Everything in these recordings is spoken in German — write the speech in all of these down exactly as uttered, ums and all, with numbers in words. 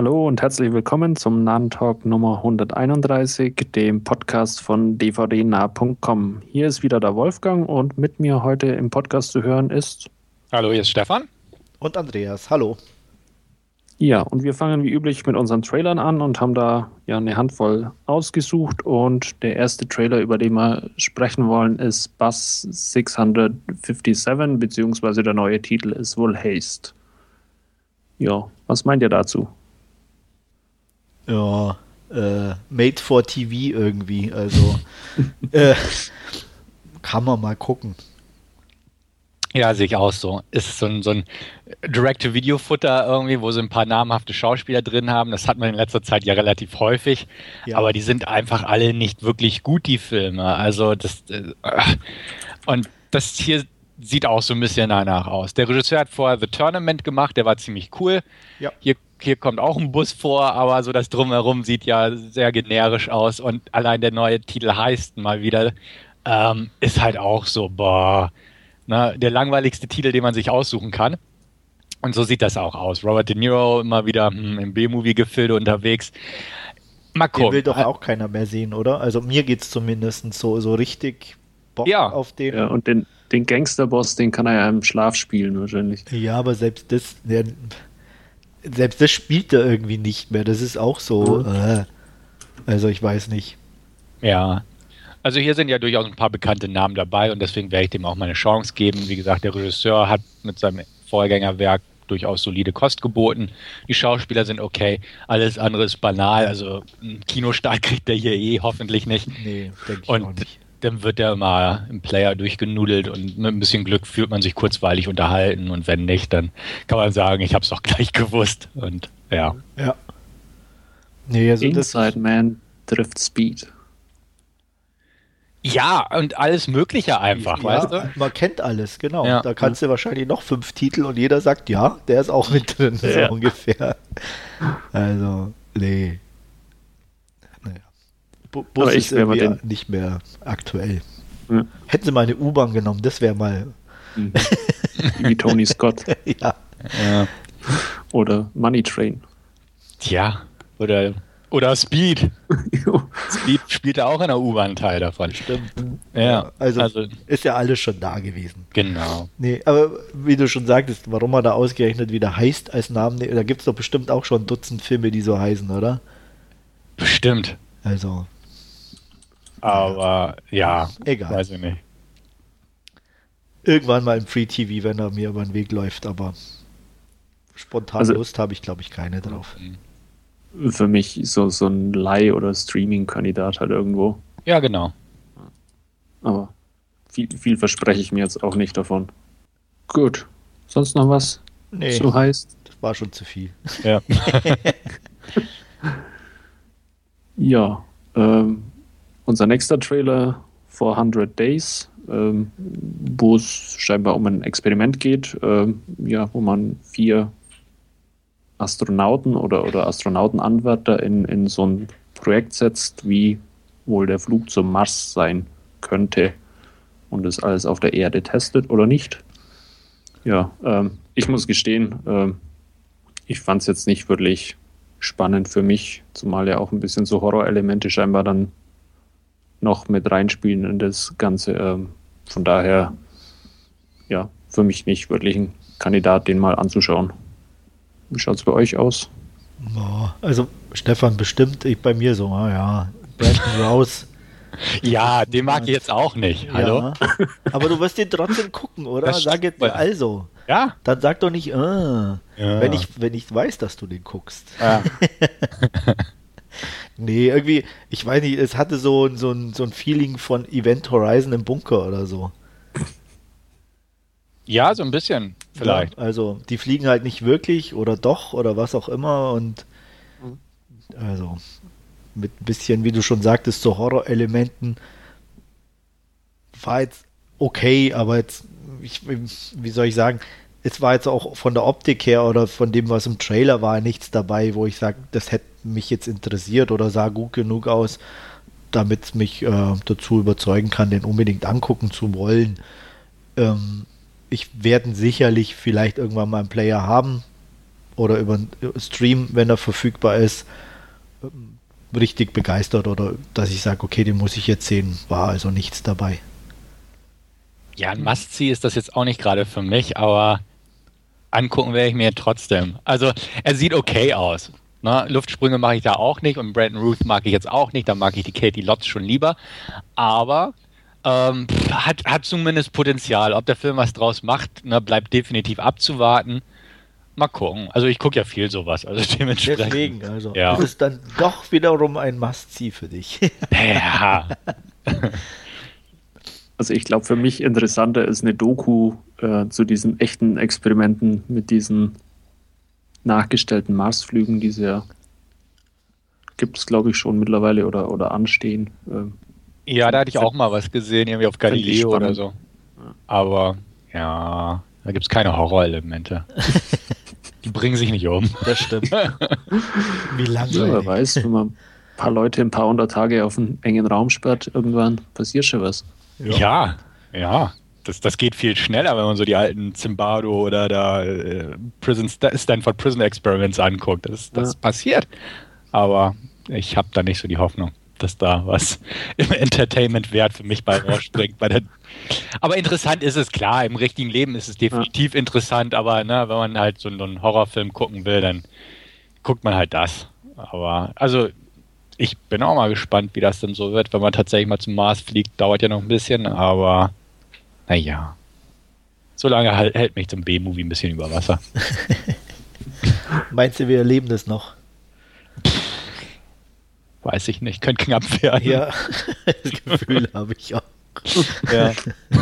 Hallo und herzlich willkommen zum Nahen-Talk Nummer hunderteinunddreißig, dem Podcast von d v d nah punkt com. Hier ist wieder der Wolfgang und mit mir heute im Podcast zu hören ist... Hallo, hier ist Stefan. Und Andreas, hallo. Ja, und wir fangen wie üblich mit unseren Trailern an und haben da ja eine Handvoll ausgesucht. Und der erste Trailer, über den wir sprechen wollen, ist Bus sechshundertsiebenundfünfzig, beziehungsweise der neue Titel ist wohl Haste. Ja, was meint ihr dazu? Ja, äh, made for T V irgendwie, also äh, kann man mal gucken. Ja, sehe ich auch so. Ist so ein, so ein Direct-to-Video-Futter irgendwie, wo sie ein paar namhafte Schauspieler drin haben. Das hat man in letzter Zeit ja relativ häufig. Ja. Aber die sind einfach alle nicht wirklich gut, die Filme. Also das äh, und das hier sieht auch so ein bisschen danach aus. Der Regisseur hat vorher The Tournament gemacht, der war ziemlich cool. Ja. Hier, hier kommt auch ein Bus vor, aber so das Drumherum sieht ja sehr generisch aus. Und allein der neue Titel heißt mal wieder, ähm, ist halt auch so, boah, na, der langweiligste Titel, den man sich aussuchen kann. Und so sieht das auch aus. Robert De Niro immer wieder hm, im B-Movie-Gefilde unterwegs. Mal gucken. Den will doch auch keiner mehr sehen, oder? Also mir geht es zumindest so, so richtig Bock ja. auf den. Ja, und den, den Gangsterboss, den kann er ja im Schlaf spielen wahrscheinlich. Ja, aber selbst das, der, selbst das spielt er irgendwie nicht mehr. Das ist auch so, mhm. äh, also ich weiß nicht. Ja, also hier sind ja durchaus ein paar bekannte Namen dabei und deswegen werde ich dem auch mal eine Chance geben. Wie gesagt, der Regisseur hat mit seinem Vorgängerwerk durchaus solide Kost geboten. Die Schauspieler sind okay, alles andere ist banal. Also einen Kinostart kriegt der hier eh hoffentlich nicht. Nee, denke ich und auch nicht. Dann wird der immer im Player durchgenudelt und mit ein bisschen Glück fühlt man sich kurzweilig unterhalten und wenn nicht, dann kann man sagen, ich habe es doch gleich gewusst und ja. Ja. Nee, also Inside Man trifft Speed. Ja, und alles Mögliche einfach, ja, weißt du? Man kennt alles, genau. Ja. Da kannst du wahrscheinlich noch fünf Titel und jeder sagt, ja, der ist auch mit drin, so ja. ungefähr. Also, nee. Naja. B- Bus Aber ich ist irgendwie den... nicht mehr aktuell. Ja. Hätten sie mal eine U-Bahn genommen, das wäre mal... Mhm. Wie Tony Scott. ja. ja. Oder Money Train. Tja, oder... Oder Speed. Speed spielt ja auch in der U-Bahn Teil davon. Stimmt. Ja, ja also, also ist ja alles schon da gewesen. Genau. Nee, aber wie du schon sagtest, warum er da ausgerechnet wieder heißt als Namen, da gibt es doch bestimmt auch schon ein Dutzend Filme, die so heißen, oder? Bestimmt. Also. Aber ja, egal. Weiß ich nicht. Irgendwann mal im Free-T V, wenn er mir über den Weg läuft, aber spontan also, Lust habe ich, glaube ich, keine drauf. Mhm. Für mich so, so ein Leih- oder Streaming-Kandidat halt irgendwo. Ja, genau. Aber viel, viel verspreche ich mir jetzt auch nicht davon. Gut. Sonst noch was? Nee. So heißt? Das war schon zu viel. Ja. ja. Ähm, unser nächster Trailer, vierhundert Days, ähm, wo es scheinbar um ein Experiment geht, ähm, ja, wo man vier Astronauten oder, oder Astronautenanwärter in, in so ein Projekt setzt, wie wohl der Flug zum Mars sein könnte und das alles auf der Erde testet oder nicht. Ja, ähm, ich muss gestehen, ähm, ich fand es jetzt nicht wirklich spannend für mich, zumal ja auch ein bisschen so Horrorelemente scheinbar dann noch mit reinspielen in das Ganze. Ähm, von daher, ja, für mich nicht wirklich ein Kandidat, den mal anzuschauen. Wie schaut es bei euch aus? Boah, also Stefan bestimmt, ich bei mir so, ah, ja, Brandon Rouse. Ja, den mag ich jetzt auch nicht. Hallo? Ja, aber du wirst den trotzdem gucken, oder? Das Sag jetzt stimmt. also. Ja. Dann sag doch nicht, äh, ja. wenn ich wenn ich weiß, dass du den guckst. Ja. Nee, irgendwie, ich weiß nicht, es hatte so, so, ein, so ein Feeling von Event Horizon im Bunker oder so. Ja, so ein bisschen vielleicht. Ja, also, die fliegen halt nicht wirklich oder doch oder was auch immer und also mit ein bisschen, wie du schon sagtest, so Horrorelementen war jetzt okay, aber jetzt, ich, wie soll ich sagen, es war jetzt auch von der Optik her oder von dem, was im Trailer war, nichts dabei, wo ich sage, das hätte mich jetzt interessiert oder sah gut genug aus, damit es mich äh, dazu überzeugen kann, den unbedingt angucken zu wollen. Ähm, ich werde sicherlich vielleicht irgendwann mal einen Player haben, oder über einen Stream, wenn er verfügbar ist, richtig begeistert oder dass ich sage, okay, den muss ich jetzt sehen, war also nichts dabei. Ja, ein Must-See ist das jetzt auch nicht gerade für mich, aber angucken werde ich mir trotzdem. Also er sieht okay aus. Ne? Luftsprünge mache ich da auch nicht und Brandon Ruth mag ich jetzt auch nicht, da mag ich die Katie Lotz schon lieber, aber ähm, hat, hat zumindest Potenzial. Ob der Film was draus macht, ne, bleibt definitiv abzuwarten. Mal gucken. Also ich gucke ja viel sowas. Also dementsprechend. Deswegen, also ja. Das ist dann doch wiederum ein Must-See für dich. Ja. Also ich glaube, für mich interessanter ist eine Doku äh, zu diesen echten Experimenten mit diesen nachgestellten Marsflügen, die es ja gibt es, glaube ich, schon mittlerweile oder, oder anstehen. Ähm, ja, da hatte ich auch mal was gesehen, irgendwie auf Galileo oder so. Aber ja, da gibt es keine Horrorelemente. Die bringen sich nicht um. Das stimmt. Wie langweilig. Ja, wer weiß, wenn man ein paar Leute ein paar hundert Tage auf einen engen Raum sperrt, irgendwann passiert schon was. Ja, ja. ja. Das, das geht viel schneller, wenn man so die alten Zimbardo oder da äh, Prison Stanford Prison Experiments anguckt. Das, das ja. passiert. Aber ich habe da nicht so die Hoffnung, dass da was im Entertainment-Wert für mich bei rausspringt. Bei der aber interessant ist es, klar, im richtigen Leben ist es definitiv ja. interessant, aber ne, wenn man halt so einen Horrorfilm gucken will, dann guckt man halt das. Aber also ich bin auch mal gespannt, wie das denn so wird, wenn man tatsächlich mal zum Mars fliegt. Dauert ja noch ein bisschen, aber naja. Solange halt, hält mich zum B-Movie ein bisschen über Wasser. Meinst du, wir erleben das noch? Weiß ich nicht, könnte knapp werden. Ja, das Gefühl habe ich auch. Ja.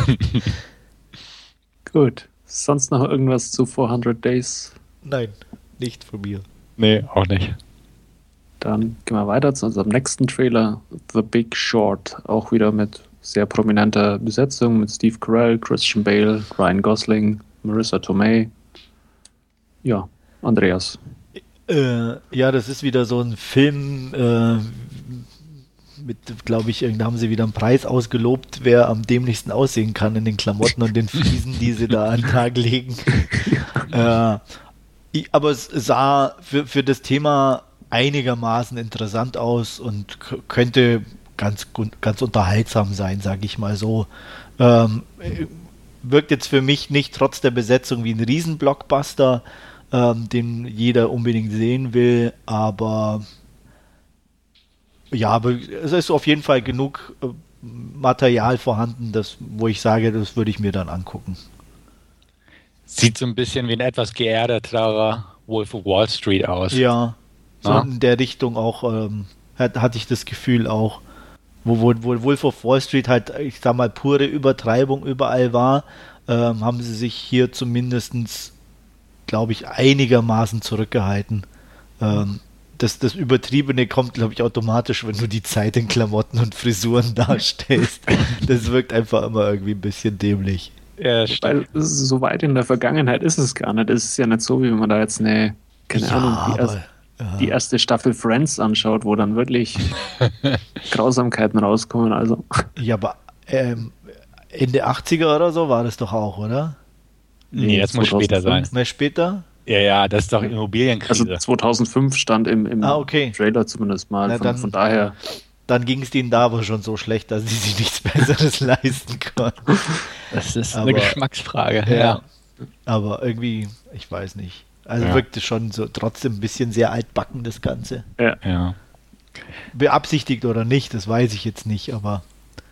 Gut. Sonst noch irgendwas zu vierhundert Days? Nein, nicht von mir. Nee, auch nicht. Dann gehen wir weiter zu unserem nächsten Trailer, The Big Short. Auch wieder mit sehr prominenter Besetzung, mit Steve Carell, Christian Bale, Ryan Gosling, Marissa Tomei. Ja, Andreas. Äh, ja, das ist wieder so ein Film, äh, mit, glaube ich, da haben sie wieder einen Preis ausgelobt, wer am dämlichsten aussehen kann in den Klamotten und den Fliesen, die sie da an den Tag legen. äh, ich, aber es sah für, für das Thema einigermaßen interessant aus und k- könnte ganz, ganz unterhaltsam sein, sage ich mal so. Ähm, wirkt jetzt für mich nicht trotz der Besetzung wie ein Riesenblockbuster, ähm, den jeder unbedingt sehen will, aber ja, aber es ist auf jeden Fall genug äh, Material vorhanden, das, wo ich sage, das würde ich mir dann angucken. Sieht so ein bisschen wie ein etwas geerdeterer Wolf of Wall Street aus. Ja, so ah. in der Richtung auch ähm, hat, hatte ich das Gefühl auch, wo, wo, wo Wolf of Wall Street halt, ich sag mal, pure Übertreibung überall war, ähm, haben sie sich hier zumindestens, glaube ich, einigermaßen zurückgehalten. Ähm, das, das Übertriebene kommt, glaube ich, automatisch, wenn du die Zeit in Klamotten und Frisuren darstellst. Das wirkt einfach immer irgendwie ein bisschen dämlich. Ja, Weil so weit in der Vergangenheit ist es gar nicht. Es ist ja nicht so, wie wenn man da jetzt eine, keine ja, Ahnung, die, aber, erst, ja. die erste Staffel Friends anschaut, wo dann wirklich Grausamkeiten rauskommen. Also. Ja, aber ähm, Ende achtziger oder so war das doch auch, oder? Nee, das muss später sein. Mehr später? Ja, ja, das ist doch Immobilienkrise. Also zweitausendfünf stand im, im ah, okay. Trailer zumindest mal. Na, von, dann, von daher. Dann ging es denen da aber schon so schlecht, dass sie sich nichts Besseres leisten konnten. Das ist aber, eine Geschmacksfrage. Ja, ja. Aber irgendwie, ich weiß nicht. Also ja. wirkte schon so trotzdem ein bisschen sehr altbacken, das Ganze. Ja. ja. Beabsichtigt oder nicht, das weiß ich jetzt nicht, aber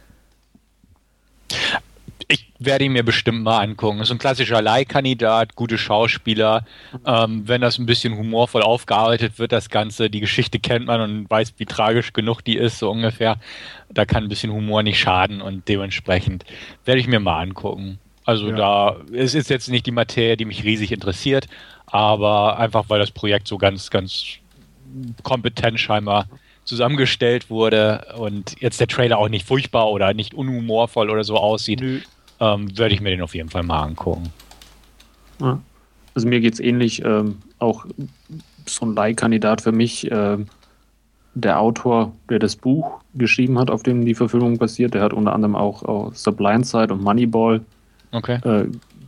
ich werde ihn mir bestimmt mal angucken. Ist ein klassischer Leihkandidat, gute Schauspieler. Ähm, wenn das ein bisschen humorvoll aufgearbeitet wird, das Ganze, die Geschichte kennt man und weiß, wie tragisch genug die ist, so ungefähr. Da kann ein bisschen Humor nicht schaden und dementsprechend werde ich mir mal angucken. Also ja. da, es ist jetzt nicht die Materie, die mich riesig interessiert, aber einfach, weil das Projekt so ganz, ganz kompetent scheinbar zusammengestellt wurde und jetzt der Trailer auch nicht furchtbar oder nicht unhumorvoll oder so aussieht, ähm, würde ich mir den auf jeden Fall mal angucken. Ja. Also mir geht es ähnlich, ähm, auch so ein Leihkandidat für mich, ähm, der Autor, der das Buch geschrieben hat, auf dem die Verfilmung basiert, der hat unter anderem auch, auch The Blind Side und Moneyball okay. äh,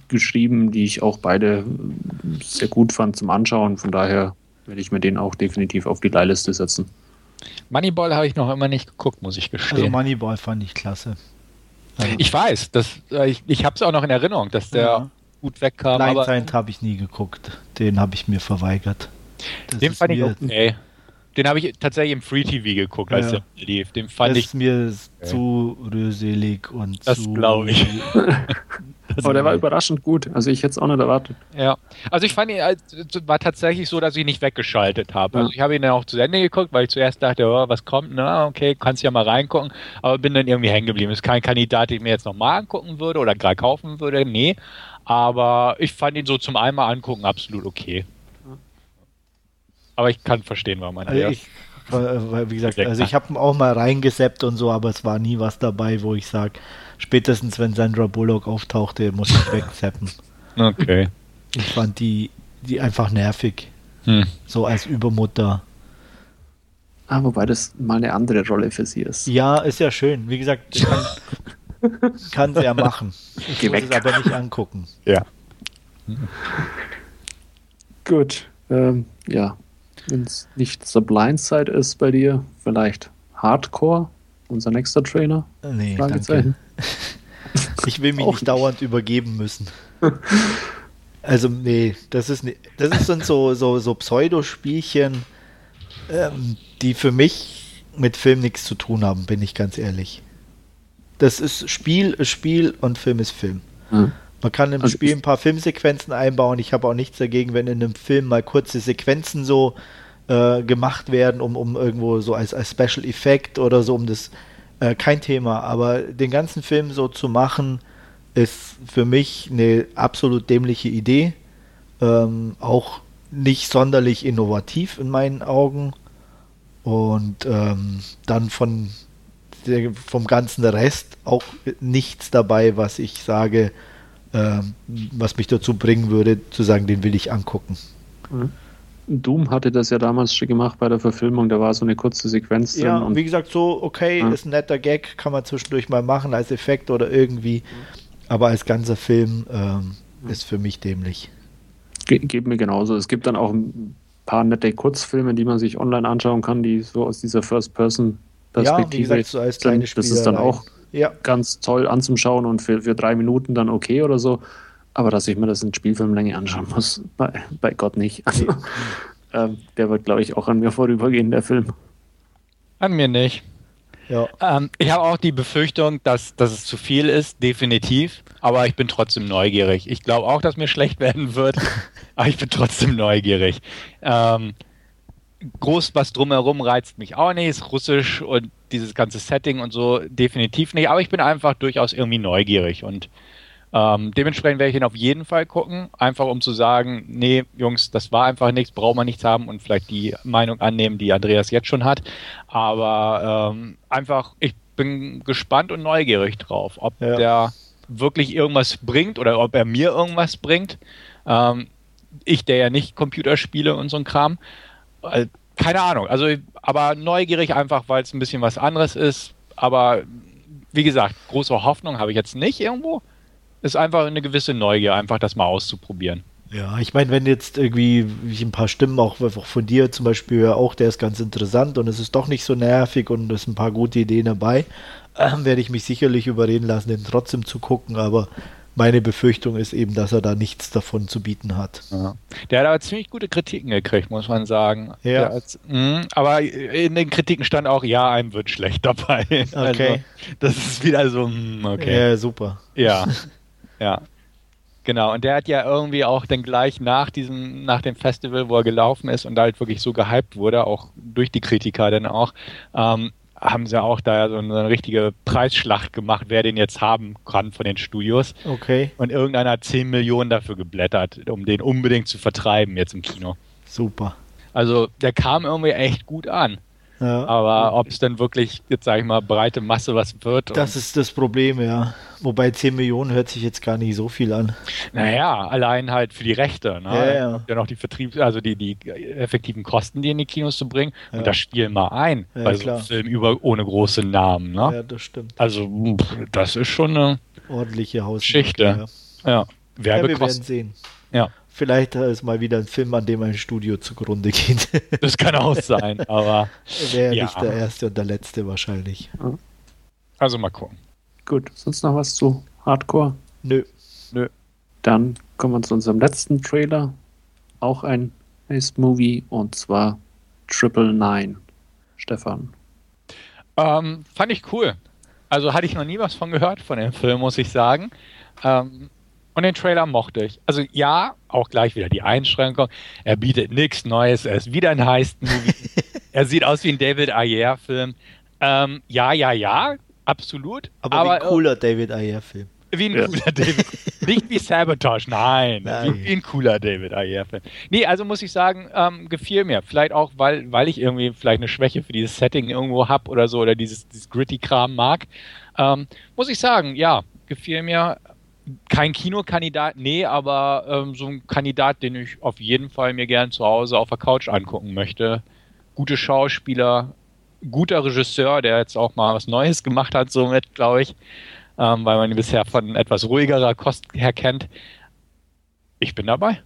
geschrieben, die ich auch beide sehr gut fand zum Anschauen. Von daher werde ich mir den auch definitiv auf die Leihliste setzen. Moneyball habe ich noch immer nicht geguckt, muss ich gestehen. Also Moneyball fand ich klasse. Also ich weiß, das, ich, ich habe es auch noch in Erinnerung, dass der ja. gut wegkam. Blindside habe ich nie geguckt. Den habe ich mir verweigert. Das den fand ich okay. Den habe ich tatsächlich im Free T V geguckt, als ja. der lief. Den fand das ich ist mir okay. zu röselig und das zu... Das glaube ich. Aber der war überraschend gut. Also ich hätte es auch nicht erwartet. Ja, also ich fand ihn, war tatsächlich so, dass ich nicht weggeschaltet habe. Ja. Also ich habe ihn dann auch zu Ende geguckt, weil ich zuerst dachte, oh, was kommt, na okay, kannst ja mal reingucken. Aber bin dann irgendwie hängen geblieben. Ist kein Kandidat, den ich mir jetzt nochmal angucken würde oder gerade kaufen würde, nee. Aber ich fand ihn so zum einmal angucken absolut okay. Aber ich kann verstehen, warum man also ich, Wie gesagt, also ich habe auch mal reingesappt und so, aber es war nie was dabei, wo ich sage, spätestens wenn Sandra Bullock auftauchte, muss ich wegzappen. Okay. Ich fand die, die einfach nervig. Hm. So als Übermutter. Ah, wobei das mal eine andere Rolle für sie ist. Ja, ist ja schön. Wie gesagt, kann, kann sie ja machen. Ich Geh muss weg. es aber nicht angucken. Ja. Gut. Ähm, ja. Wenn es nicht The Blind Side ist bei dir, vielleicht Hardcore, unser nächster Trainer? Nee, danke. Ich will mich nicht, nicht dauernd übergeben müssen. Also nee, das ist, das ist so, so, so Pseudospielchen, ähm, die für mich mit Film nichts zu tun haben, bin ich ganz ehrlich. Das ist Spiel ist Spiel und Film ist Film. Hm. Man kann im also Spiel ein paar Filmsequenzen einbauen. Ich habe auch nichts dagegen, wenn in einem Film mal kurze Sequenzen so äh, gemacht werden, um, um irgendwo so als, als Special Effekt oder so, um das äh, kein Thema. Aber den ganzen Film so zu machen, ist für mich eine absolut dämliche Idee. Ähm, auch nicht sonderlich innovativ in meinen Augen. Und ähm, dann von der, vom ganzen Rest auch nichts dabei, was ich sage, Ähm, was mich dazu bringen würde, zu sagen, den will ich angucken. Doom hatte das ja damals schon gemacht bei der Verfilmung, da war so eine kurze Sequenz drin. Ja, und wie gesagt, so, okay, ja. ist ein netter Gag, kann man zwischendurch mal machen als Effekt oder irgendwie, aber als ganzer Film ähm, ist für mich dämlich. Ge- geht mir genauso. Es gibt dann auch ein paar nette Kurzfilme, die man sich online anschauen kann, die so aus dieser First-Person-Perspektive. Ja, wie gesagt, so als kleine Das ist dann auch ja. ganz toll anzuschauen und für, für drei Minuten dann okay oder so. Aber dass ich mir das in Spielfilmlänge anschauen muss, bei, bei Gott nicht. Also, Nee. ähm, der wird, glaube ich, auch an mir vorübergehen, der Film. An mir nicht. Ja. Ähm, ich habe auch die Befürchtung, dass, dass es zu viel ist, definitiv. Aber ich bin trotzdem neugierig. Ich glaube auch, dass mir schlecht werden wird, aber ich bin trotzdem neugierig. Ähm, groß was drumherum reizt mich auch nicht. Ist russisch und dieses ganze Setting und so definitiv nicht. Aber ich bin einfach durchaus irgendwie neugierig und ähm, dementsprechend werde ich ihn auf jeden Fall gucken. Einfach um zu sagen, nee, Jungs, das war einfach nichts, braucht man nichts haben und vielleicht die Meinung annehmen, die Andreas jetzt schon hat. Aber ähm, einfach, ich bin gespannt und neugierig drauf, ob Ja. der wirklich irgendwas bringt oder ob er mir irgendwas bringt. Ähm, ich, der ja nicht Computerspiele und so ein Kram. Äh, keine Ahnung, also aber neugierig einfach, weil es ein bisschen was anderes ist. Aber wie gesagt, große Hoffnung habe ich jetzt nicht irgendwo. Ist einfach eine gewisse Neugier, einfach das mal auszuprobieren. Ja, ich meine, wenn jetzt irgendwie ich ein paar Stimmen auch, auch von dir zum Beispiel höre, auch der ist ganz interessant und es ist doch nicht so nervig und es sind ein paar gute Ideen dabei, äh, werde ich mich sicherlich überreden lassen, den trotzdem zu gucken, aber meine Befürchtung ist eben, dass er da nichts davon zu bieten hat. Ja. Der hat aber ziemlich gute Kritiken gekriegt, muss man sagen. Ja. Der hat, mh, aber in den Kritiken stand auch, ja, einem wird schlecht dabei. Okay. Also, das ist wieder so, mh, okay. Ja, super. Ja, ja. Genau, und der hat ja irgendwie auch dann gleich nach diesem, nach dem Festival, wo er gelaufen ist und da halt wirklich so gehypt wurde, auch durch die Kritiker dann auch, ähm, haben sie auch da so eine, so eine richtige Preisschlacht gemacht, wer den jetzt haben kann von den Studios. Okay, Und irgendeiner hat zehn Millionen dafür geblättert, um den unbedingt zu vertreiben jetzt im Kino. super. Also der kam irgendwie echt gut an. Ja. Aber ob es dann wirklich, jetzt sage ich mal, breite Masse was wird. Das ist das Problem, ja. Wobei zehn Millionen hört sich jetzt gar nicht so viel an. Naja, allein halt für die Rechte. Ne? Ja, ja. Ja noch die Vertriebs-, also die, die effektiven Kosten, die in die Kinos zu bringen. Ja. Und das spielen mal ein Ja, bei so klar. einem Film über, ohne große Namen. Ne? Ja, das stimmt. Also pff, das ist schon eine Ordentliche Hausnummer. Geschichte. Ja. Ja. Werbekosten. Ja, wir werden sehen. Ja. Vielleicht ist mal wieder ein Film, an dem ein Studio zugrunde geht. Das kann auch sein, aber wäre ja. nicht der erste und der letzte wahrscheinlich. Also mal gucken. Gut, sonst noch was zu Hardcore? Nö. Nö. Dann kommen wir zu unserem letzten Trailer. Auch ein Heist-Movie und zwar Triple Nine. Stefan. Ähm, fand ich cool. Also hatte ich noch nie was von gehört von dem Film, muss ich sagen. Ähm, und den Trailer mochte ich. Also ja, auch gleich wieder die Einschränkung. Er bietet nichts Neues. Er ist wieder ein Heist-Movie. Er sieht aus wie ein David Ayer-Film. Ähm, ja, ja, ja, absolut. Aber, aber wie ein cooler äh, David Ayer-Film. Wie ein ja. cooler David. Nicht wie Sabotage, nein. nein. Wie, wie ein cooler David Ayer-Film. Nee, also muss ich sagen, ähm, gefiel mir. Vielleicht auch, weil, weil ich irgendwie vielleicht eine Schwäche für dieses Setting irgendwo habe oder so oder dieses, dieses Gritty-Kram mag. Ähm, muss ich sagen, ja, gefiel mir. Kein Kinokandidat, nee, aber ähm, so ein Kandidat, den ich auf jeden Fall mir gern zu Hause auf der Couch angucken möchte. Gute Schauspieler, guter Regisseur, der jetzt auch mal was Neues gemacht hat, somit, glaube ich. Ähm, weil man ihn bisher von etwas ruhigerer Kost her kennt. Ich bin dabei.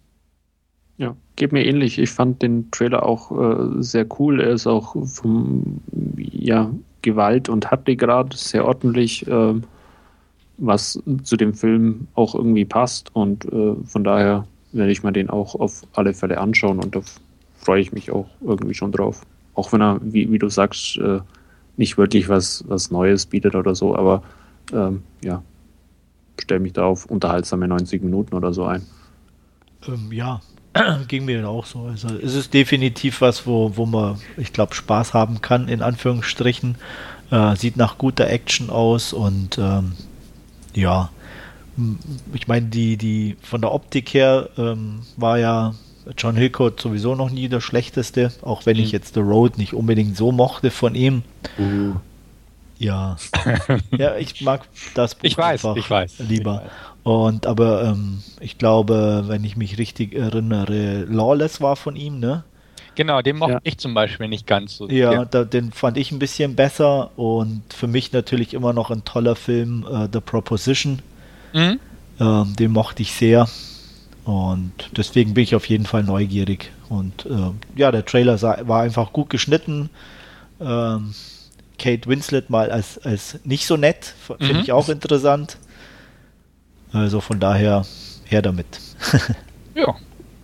Ja, geht mir ähnlich. Ich fand den Trailer auch äh, sehr cool. Er ist auch vom ja, Gewalt- und Härtegrad sehr ordentlich, äh, was zu dem Film auch irgendwie passt. Und äh, von daher werde ich mir den auch auf alle Fälle anschauen und da freue ich mich auch irgendwie schon drauf. Auch wenn er, wie, wie du sagst, äh, nicht wirklich was, was Neues bietet oder so, aber Ähm, ja, stelle mich da auf unterhaltsame neunzig Minuten oder so ein. Ähm, ja, ging mir auch so. Also es ist definitiv was, wo, wo man, ich glaube, Spaß haben kann, in Anführungsstrichen. Äh, sieht nach guter Action aus und ähm, ja, ich meine, die, die von der Optik her ähm, war ja John Hillcoat sowieso noch nie der schlechteste, auch wenn mhm. ich jetzt The Road nicht unbedingt so mochte von ihm. Uh. Ja, ja, ich mag das Buch ich weiß, einfach ich weiß, lieber. Ich weiß. Und aber ähm, ich glaube, wenn ich mich richtig erinnere, Lawless war von ihm, ne? Genau, den mochte ja. ich zum Beispiel nicht ganz so. Ja, ja. Da, den fand ich ein bisschen besser und für mich natürlich immer noch ein toller Film, uh, The Proposition. Mhm. Ähm, den mochte ich sehr und deswegen bin ich auf jeden Fall neugierig. Und äh, ja, der Trailer sah, war einfach gut geschnitten. Ähm, Kate Winslet mal als, als nicht so nett, finde mhm. ich auch interessant. Also von daher her damit. Ja.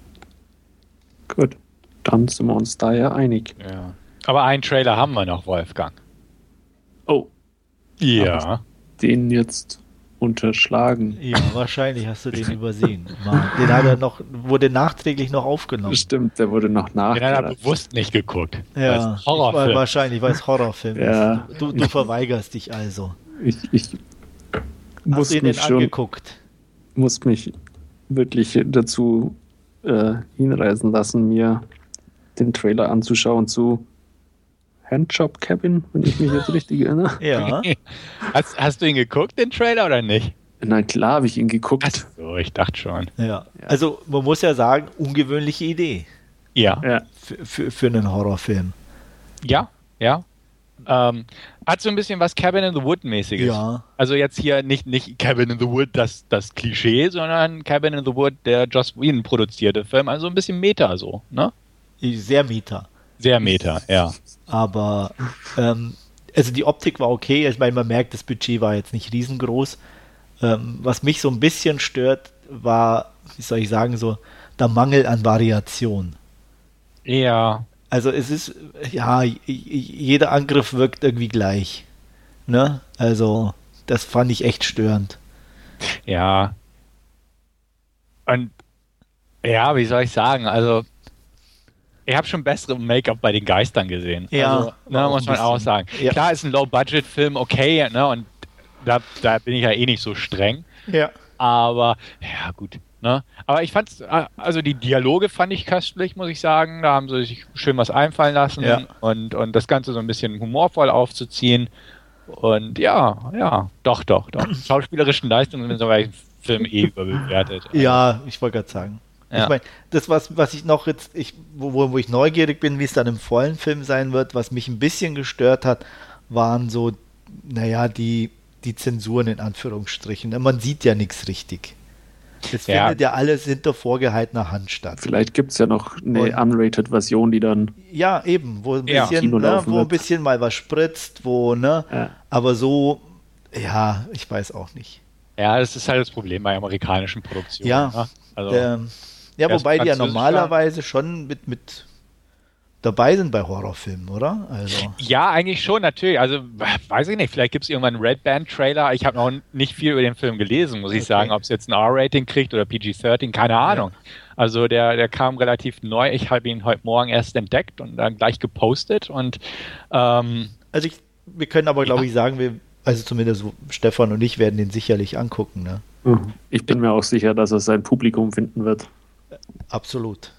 Gut, dann sind wir uns da ja einig. Ja. Aber einen Trailer haben wir noch, Wolfgang. Oh. Ja. Den jetzt unterschlagen. Ja, wahrscheinlich hast du den übersehen. Mann, den hat er noch, wurde nachträglich noch aufgenommen. Stimmt, der wurde noch nach. Den hat er bewusst nicht geguckt. Ja, Horrorfilm. Ich, wahrscheinlich, weil es Horrorfilm ja. ist. Du, du verweigerst dich also. Ich, ich muss hast du ihn mich denn schon, angeguckt? muss mich wirklich dazu äh, hinreißen lassen, mir den Trailer anzuschauen zu Handjob Cabin, wenn ich mich jetzt richtig erinnere. Ja. Hast, hast du ihn geguckt, den Trailer, oder nicht? Na klar, habe ich ihn geguckt. Ach so, ich dachte schon. Ja. ja. Also man muss ja sagen, ungewöhnliche Idee. Ja. ja. Für, für, für einen Horrorfilm. Ja, ja. Ähm, hat so ein bisschen was Cabin in the Wood mäßiges. Ja. Also jetzt hier nicht, nicht Cabin in the Wood, das, das Klischee, sondern Cabin in the Wood, der Joss Whedon produzierte Film. Also ein bisschen Meta so, ne? Sehr Meta. Sehr Meta, ja. Aber ähm, also die Optik war okay. Ich meine, man merkt, das Budget war jetzt nicht riesengroß. Ähm, was mich so ein bisschen stört, war, wie soll ich sagen, so der Mangel an Variation. Ja. Also es ist, ja, jeder Angriff wirkt irgendwie gleich. Ne? Also das fand ich echt störend. Ja. Und ja, wie soll ich sagen, also ich habe schon bessere Make-up bei den Geistern gesehen. Ja, also, ne, muss man auch sagen. Ja. Klar ist ein Low-Budget-Film okay, ne, und da, da bin ich ja eh nicht so streng. Ja. Aber, ja gut, ne. Aber ich fand's, also die Dialoge fand ich köstlich, muss ich sagen. Da haben sie sich schön was einfallen lassen ja. und, und das Ganze so ein bisschen humorvoll aufzuziehen. Und ja, ja, doch, doch, doch. Schauspielerischen Leistungen sind sogar im Film eh überbewertet. Also. Ja, ich wollte gerade sagen. Ja. Ich meine, das, was, was ich noch jetzt, ich, wo, wo ich neugierig bin, wie es dann im vollen Film sein wird, was mich ein bisschen gestört hat, waren so, naja, die, die Zensuren in Anführungsstrichen. Man sieht ja nichts richtig. Es Ja. findet ja alles hinter vorgehaltener Hand statt. Vielleicht gibt es ja noch eine Und- unrated-Version, die dann. Ja, eben, wo ein Ja. bisschen, Kino ne, laufen wo ein wird. bisschen mal was spritzt, wo, ne? Ja. Aber so, ja, ich weiß auch nicht. Ja, das ist halt das Problem bei amerikanischen Produktionen. Ja. Ne? Also, Ähm, ja, erst wobei die ja französisch normalerweise schon mit, mit dabei sind bei Horrorfilmen, oder? Also, ja, eigentlich schon, natürlich. Also, weiß ich nicht, vielleicht gibt es irgendwann einen Red Band-Trailer. Ich habe noch nicht viel über den Film gelesen, muss ich Okay. sagen. Ob es jetzt ein R-Rating kriegt oder P G dreizehn, keine Ahnung. Also, der, der kam relativ neu. Ich habe ihn heute Morgen erst entdeckt und dann gleich gepostet. Und ähm, also ich, wir können aber, glaube Ja. ich, sagen, wir, also zumindest Stefan und ich werden den sicherlich angucken, ne? Ich bin mir auch sicher, dass er sein Publikum finden wird. Absolut.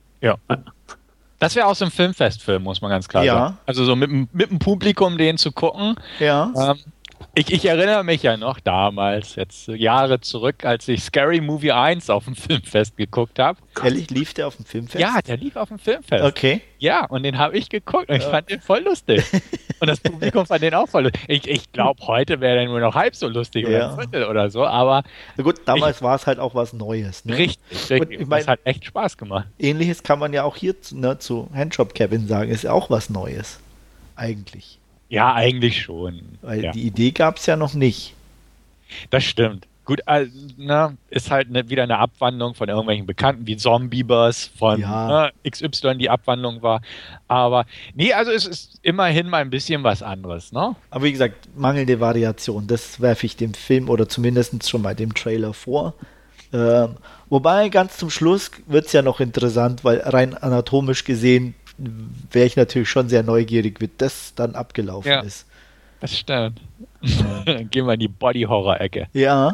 das wäre auch so ein Filmfestfilm, muss man ganz klar Ja. sagen. Also, so mit, dem- mit dem Publikum den zu gucken. Ja. Ähm, ich, ich erinnere mich ja noch damals, jetzt Jahre zurück, als ich Scary Movie eins auf dem Filmfest geguckt habe. Ehrlich, lief der auf dem Filmfest? Ja, der lief auf dem Filmfest. Okay. Ja, und den habe ich geguckt und ich fand den voll lustig. Und das Publikum fand den auch voll lustig. Ich, ich glaube, heute wäre der nur noch halb so lustig Ja. oder ein Viertel oder so, aber Na gut, damals war es halt auch was Neues. Ne? richtig, richtig. Und ich Und mein- das hat echt Spaß gemacht. Ähnliches kann man ja auch hier zu, ne, zu Handshop Cabin sagen. Ist ja auch was Neues. Eigentlich. Ja, eigentlich schon. Weil Ja, die Idee gab es ja noch nicht. das stimmt. Gut, äh, na, ist halt ne, wieder eine Abwandlung von irgendwelchen Bekannten wie Zombiebers von Ja. ne, X Y, die Abwandlung war. Aber nee, also es ist immerhin mal ein bisschen was anderes, ne? Aber wie gesagt, mangelnde Variation. Das werfe ich dem Film oder zumindest schon mal dem Trailer vor. Ähm, wobei ganz zum Schluss wird es ja noch interessant, weil rein anatomisch gesehen wäre ich natürlich schon sehr neugierig, wie das dann abgelaufen Ja. ist. Das stimmt. Gehen wir in die Body-Horror-Ecke. Ja.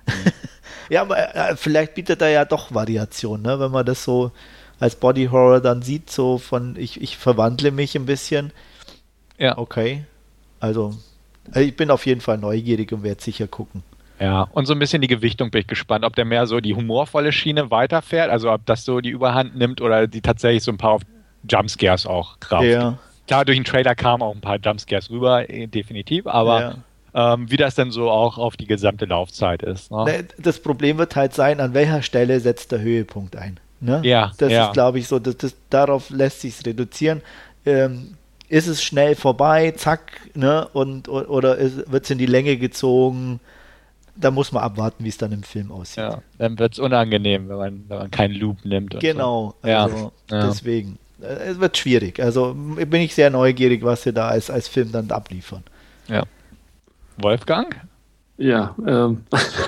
Ja, aber äh, vielleicht bietet er ja doch Variation, ne? Wenn man das so als Body Horror dann sieht, so von ich, ich verwandle mich ein bisschen. Ja. Okay. Also, also ich bin auf jeden Fall neugierig und werde sicher gucken. Ja, und so ein bisschen die Gewichtung bin ich gespannt, ob der mehr so die humorvolle Schiene weiterfährt, also ob das so die Überhand nimmt oder die tatsächlich so ein paar auf Jumpscares auch kraft. Ja. Klar, durch den Trailer kamen auch ein paar Jumpscares rüber, eh, definitiv, aber ähm, wie das dann so auch auf die gesamte Laufzeit ist. Ne? Ne, Das Problem wird halt sein, an welcher Stelle setzt der Höhepunkt ein. Ne? Ja, Das ja. ist, glaube ich, so, das, das, darauf lässt sich reduzieren. Ähm, ist es schnell vorbei, zack, ne? Und, o- oder wird es in die Länge gezogen? Da muss man abwarten, wie es dann im Film aussieht. Ja, dann wird es unangenehm, wenn man, wenn man keinen Loop nimmt. und Genau, So. Ja. also Ja. deswegen. Äh, Es wird schwierig. Also m- bin ich sehr neugierig, was sie da als, als Film dann abliefern. Ja. Wolfgang? Ja, ähm,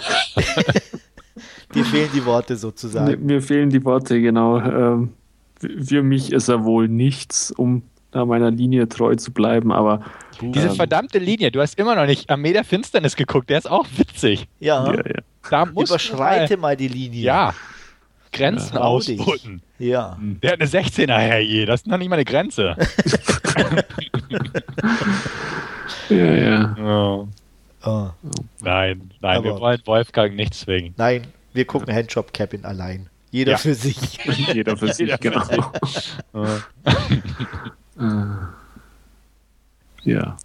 Dir fehlen die Worte mir, sozusagen. mir fehlen die Worte, genau. Ähm, f- für mich ist er wohl nichts, um da meiner Linie treu zu bleiben, aber Diese Ähm. verdammte Linie, du hast immer noch nicht Armee der Finsternis geguckt, der ist auch witzig. Ja, ja, ja. Da muss überschreite mal die Linie. Ja. Grenzen Ja. ausloten. Ja. Der hat eine sechzehner, herrje. Das ist noch nicht mal eine Grenze. Ja, ja. Oh. Oh. Nein, nein, Aber- wir wollen Wolfgang nicht zwingen. Nein, wir gucken Handshop Cabin allein. Jeder Ja. für sich. Jeder für sich, Jeder für genau. sich. Oh. Äh, ja.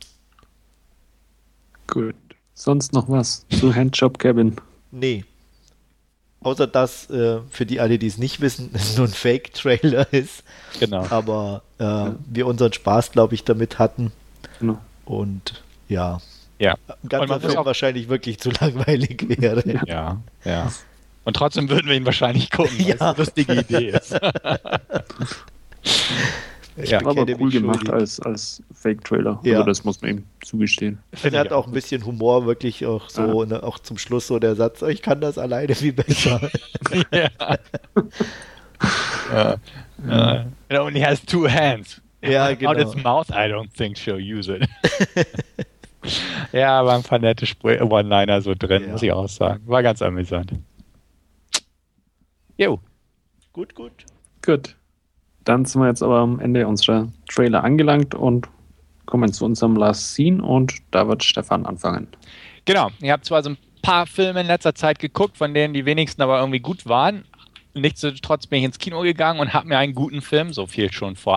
Gut. Sonst noch was zu Handjob Cabin? Nee. Außer dass, äh, für die alle, die es nicht wissen, es nur ein Fake-Trailer ist. Genau. Aber äh, wir unseren Spaß, glaube ich, damit hatten. Genau. Und ja, Ja, ein Und ganzer man muss Film auch- wahrscheinlich wirklich zu langweilig wäre. ja, ja. Und trotzdem würden wir ihn wahrscheinlich gucken, weil es Ja. eine lustige Idee ist. Ich Ja. Aber bekenne cool mich gemacht schuldig. als, als Fake-Trailer. Ja. Also das muss man ihm zugestehen. Er hat auch ein bisschen Humor, wirklich auch so, ne, auch zum Schluss so der Satz, ich kann das alleine viel besser. ja. ja. ja. It only has two hands. Ja, Out genau. its mouth, I don't think she'll use it. Ja, waren ein paar nette Spr- One-Liner so drin, Ja. muss ich auch sagen. War ganz amüsant. Jo. Gut, gut. Gut. Dann sind wir jetzt aber am Ende unserer Trailer angelangt und kommen zu unserem Last Scene und da wird Stefan anfangen. Genau. Ich habe zwar so ein paar Filme in letzter Zeit geguckt, von denen die wenigsten aber irgendwie gut waren. Nichtsdestotrotz bin ich ins Kino gegangen und habe mir einen guten Film, so viel schon vorab,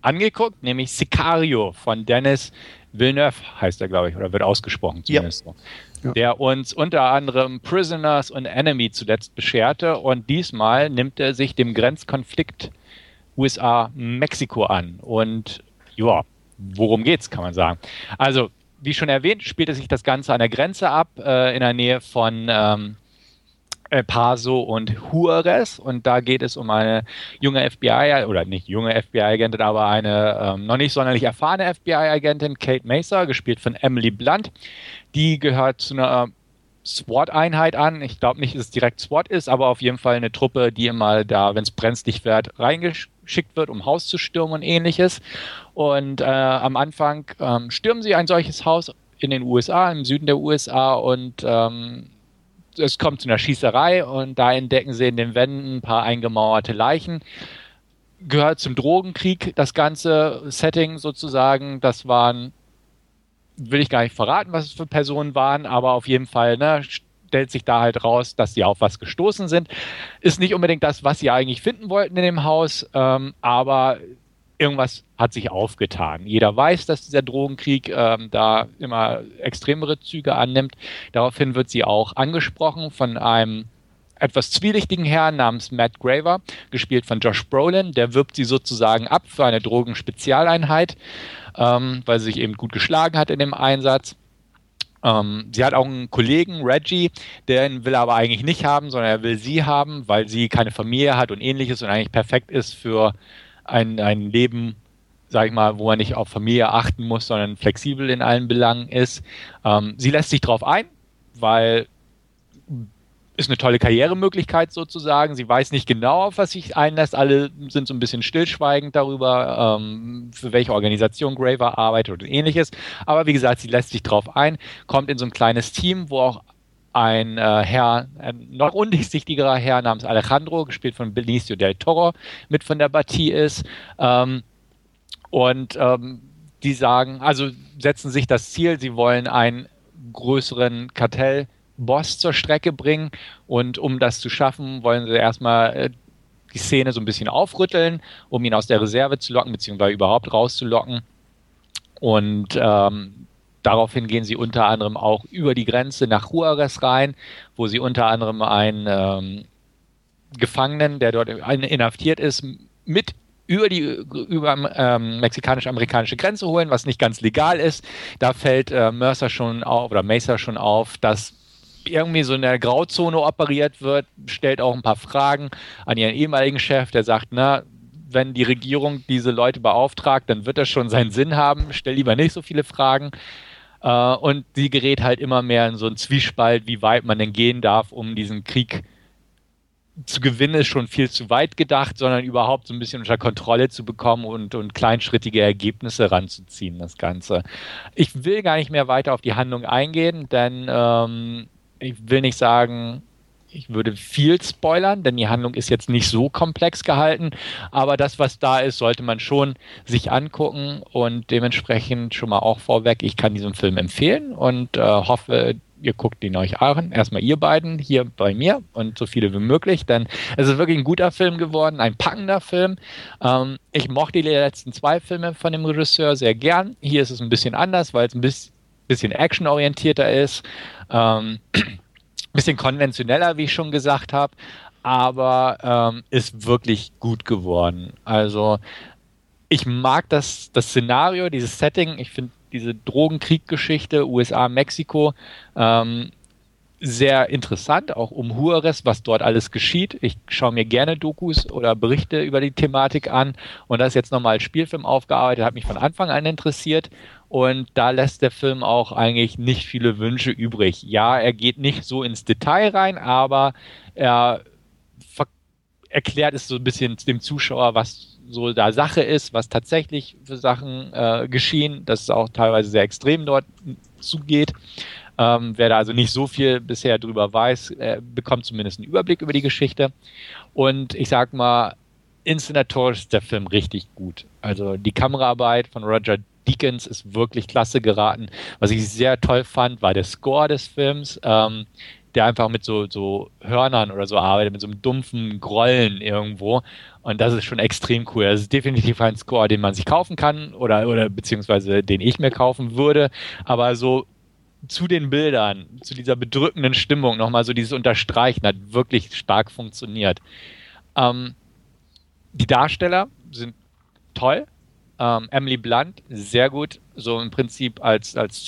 angeguckt, nämlich Sicario von Denis Villeneuve, heißt er, glaube ich, oder wird ausgesprochen zumindest ja. so. Ja. Der uns unter anderem Prisoners und Enemy zuletzt bescherte, und diesmal nimmt er sich dem Grenzkonflikt U S A-Mexiko an. Und ja, worum geht's, kann man sagen. Also, wie schon erwähnt, spielte sich das Ganze an der Grenze ab, äh, in der Nähe von ähm, El Paso und Juarez, und da geht es um eine junge F B I, oder nicht junge F B I-Agentin, aber eine ähm, noch nicht sonderlich erfahrene F B I-Agentin, Kate Mesa, gespielt von Emily Blunt. Die gehört zu einer SWAT-Einheit an. Ich glaube nicht, dass es direkt SWAT ist, aber auf jeden Fall eine Truppe, die immer da, wenn es brenzlig wird, reingeschickt wird, um Haus zu stürmen und ähnliches. Und äh, am Anfang ähm, stürmen sie ein solches Haus in den U S A, im Süden der U S A, und ähm, es kommt zu einer Schießerei, und da entdecken sie in den Wänden ein paar eingemauerte Leichen. Gehört zum Drogenkrieg, das ganze Setting sozusagen. Das waren, will ich gar nicht verraten, was es für Personen waren, aber auf jeden Fall, ne, stellt sich da halt raus, dass sie auf was gestoßen sind. Ist nicht unbedingt das, was sie eigentlich finden wollten in dem Haus, ähm, aber irgendwas hat sich aufgetan. Jeder weiß, dass dieser Drogenkrieg ähm, da immer extremere Züge annimmt. Daraufhin wird sie auch angesprochen von einem etwas zwielichtigen Herrn namens Matt Graver, gespielt von Josh Brolin. Der wirbt sie sozusagen ab für eine Drogenspezialeinheit, ähm, weil sie sich eben gut geschlagen hat in dem Einsatz. Ähm, sie hat auch einen Kollegen, Reggie, den will er aber eigentlich nicht haben, sondern er will sie haben, weil sie keine Familie hat und ähnliches und eigentlich perfekt ist für ein, ein Leben, sag ich mal, wo man nicht auf Familie achten muss, sondern flexibel in allen Belangen ist. Ähm, sie lässt sich drauf ein, weil ist eine tolle Karrieremöglichkeit sozusagen. Sie weiß nicht genau, auf was sich einlässt. Alle sind so ein bisschen stillschweigend darüber, ähm, für welche Organisation Graver arbeitet oder ähnliches. Aber wie gesagt, sie lässt sich drauf ein, kommt in so ein kleines Team, wo auch ein äh, Herr, ein noch undurchsichtigerer Herr namens Alejandro, gespielt von Benicio del Toro, mit von der Partie ist. Ähm, und ähm, die sagen, also setzen sich das Ziel, sie wollen einen größeren Kartellboss zur Strecke bringen, und um das zu schaffen, wollen sie erstmal äh, die Szene so ein bisschen aufrütteln, um ihn aus der Reserve zu locken, beziehungsweise überhaupt rauszulocken. Und ähm, daraufhin gehen sie unter anderem auch über die Grenze nach Juarez rein, wo sie unter anderem einen ähm, Gefangenen, der dort inhaftiert ist, mit über die über ähm, mexikanisch-amerikanische Grenze holen, was nicht ganz legal ist. Da fällt äh, Mercer schon auf, oder Mesa schon auf, dass irgendwie so in der Grauzone operiert wird, stellt auch ein paar Fragen an ihren ehemaligen Chef, der sagt, na, wenn die Regierung diese Leute beauftragt, dann wird das schon seinen Sinn haben, stell lieber nicht so viele Fragen. Uh, und sie gerät halt immer mehr in so einen Zwiespalt, wie weit man denn gehen darf, um diesen Krieg zu gewinnen, ist schon viel zu weit gedacht, sondern überhaupt so ein bisschen unter Kontrolle zu bekommen und, und kleinschrittige Ergebnisse ranzuziehen, das Ganze. Ich will gar nicht mehr weiter auf die Handlung eingehen, denn ähm, ich will nicht sagen, ich würde viel spoilern, denn die Handlung ist jetzt nicht so komplex gehalten, aber das, was da ist, sollte man schon sich angucken, und dementsprechend schon mal auch vorweg, ich kann diesen Film empfehlen und äh, hoffe, ihr guckt ihn euch an. Erstmal ihr beiden hier bei mir und so viele wie möglich, denn es ist wirklich ein guter Film geworden, ein packender Film. Ähm, ich mochte die letzten zwei Filme von dem Regisseur sehr gern. Hier ist es ein bisschen anders, weil es ein bisschen, bisschen actionorientierter ist. Ähm, bisschen konventioneller, wie ich schon gesagt habe, aber ähm, ist wirklich gut geworden. Also ich mag das, das Szenario, dieses Setting, ich finde diese Drogenkrieggeschichte U S A, Mexiko ähm, sehr interessant, auch um Juarez, was dort alles geschieht. Ich schaue mir gerne Dokus oder Berichte über die Thematik an, und das jetzt nochmal als Spielfilm aufgearbeitet, hat mich von Anfang an interessiert, und da lässt der Film auch eigentlich nicht viele Wünsche übrig. Ja, er geht nicht so ins Detail rein, aber er ver- erklärt es so ein bisschen dem Zuschauer, was so da Sache ist, was tatsächlich für Sachen äh, geschehen, dass es auch teilweise sehr extrem dort zugeht. Ähm, wer da also nicht so viel bisher drüber weiß, äh, bekommt zumindest einen Überblick über die Geschichte. Und ich sag mal, inszenatorisch ist der Film richtig gut. Also die Kameraarbeit von Roger Deakins ist wirklich klasse geraten. Was ich sehr toll fand, war der Score des Films. Ähm, der einfach mit so, so Hörnern oder so arbeitet, mit so einem dumpfen Grollen irgendwo. Und das ist schon extrem cool. Das ist definitiv ein Score, den man sich kaufen kann oder, oder beziehungsweise den ich mir kaufen würde. Aber so zu den Bildern, zu dieser bedrückenden Stimmung, nochmal so dieses Unterstreichen hat wirklich stark funktioniert. Ähm, die Darsteller sind toll. Ähm, Emily Blunt, sehr gut. So im Prinzip als, als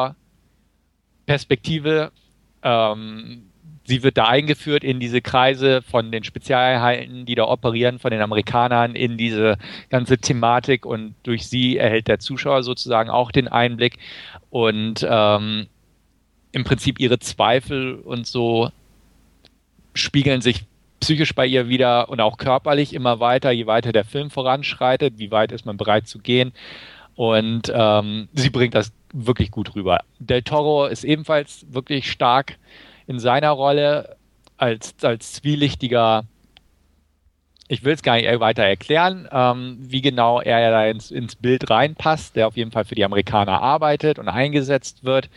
Zuschauerperspektive. Ähm, sie wird da eingeführt in diese Kreise von den Spezialeinheiten, die da operieren, von den Amerikanern in diese ganze Thematik, und durch sie erhält der Zuschauer sozusagen auch den Einblick. Und ähm, im Prinzip ihre Zweifel und so spiegeln sich psychisch bei ihr wieder und auch körperlich immer weiter, je weiter der Film voranschreitet, wie weit ist man bereit zu gehen. Und ähm, sie bringt das wirklich gut rüber. Del Toro ist ebenfalls wirklich stark in seiner Rolle als, als zwielichtiger, ich will es gar nicht weiter erklären, ähm, wie genau er da ins, ins Bild reinpasst, der auf jeden Fall für die Amerikaner arbeitet und eingesetzt wird.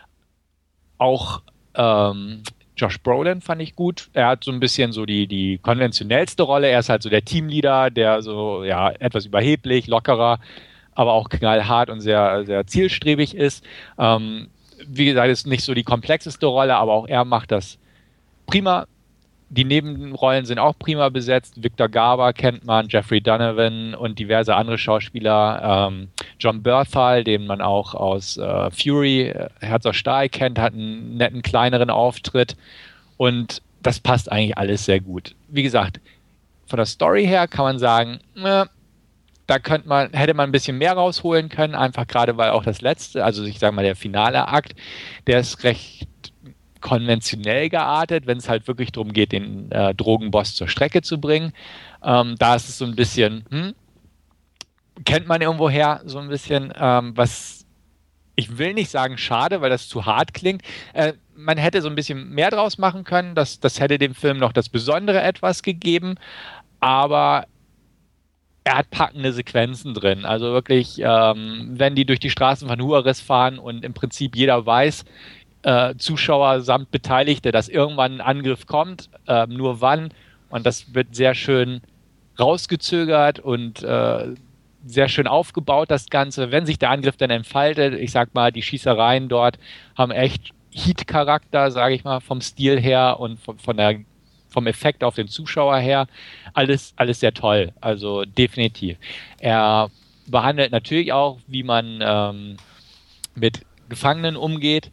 Auch ähm, Josh Brolin fand ich gut. Er hat so ein bisschen so die, die konventionellste Rolle. Er ist halt so der Teamleader, der so ja etwas überheblich, lockerer, aber auch knallhart und sehr, sehr zielstrebig ist. Ähm, wie gesagt, ist nicht so die komplexeste Rolle, aber auch er macht das prima. Die Nebenrollen sind auch prima besetzt. Victor Garber kennt man, Jeffrey Donovan und diverse andere Schauspieler. Ähm, John Bernthal, den man auch aus äh, Fury, äh, Herz aus Stahl kennt, hat einen netten, kleineren Auftritt. Und das passt eigentlich alles sehr gut. Wie gesagt, von der Story her kann man sagen, äh, da könnte man, hätte man ein bisschen mehr rausholen können, einfach gerade weil auch das letzte, also ich sage mal der finale Akt, der ist recht konventionell geartet, wenn es halt wirklich darum geht, den äh, Drogenboss zur Strecke zu bringen. Ähm, da ist es so ein bisschen, hm, kennt man irgendwoher so ein bisschen, ähm, was ich will nicht sagen schade, weil das zu hart klingt. Äh, man hätte so ein bisschen mehr draus machen können, das, das hätte dem Film noch das Besondere etwas gegeben, aber er hat packende Sequenzen drin. Also wirklich, ähm, wenn die durch die Straßen von Juarez fahren und im Prinzip jeder weiß, Äh, Zuschauer samt Beteiligte, dass irgendwann ein Angriff kommt, äh, nur wann, und das wird sehr schön rausgezögert und äh, sehr schön aufgebaut, das Ganze. Wenn sich der Angriff dann entfaltet, ich sag mal, die Schießereien dort haben echt Heat-Charakter, sage ich mal, vom Stil her und von, von der, vom Effekt auf den Zuschauer her, alles, alles sehr toll, also definitiv. Er behandelt natürlich auch, wie man ähm, mit Gefangenen umgeht,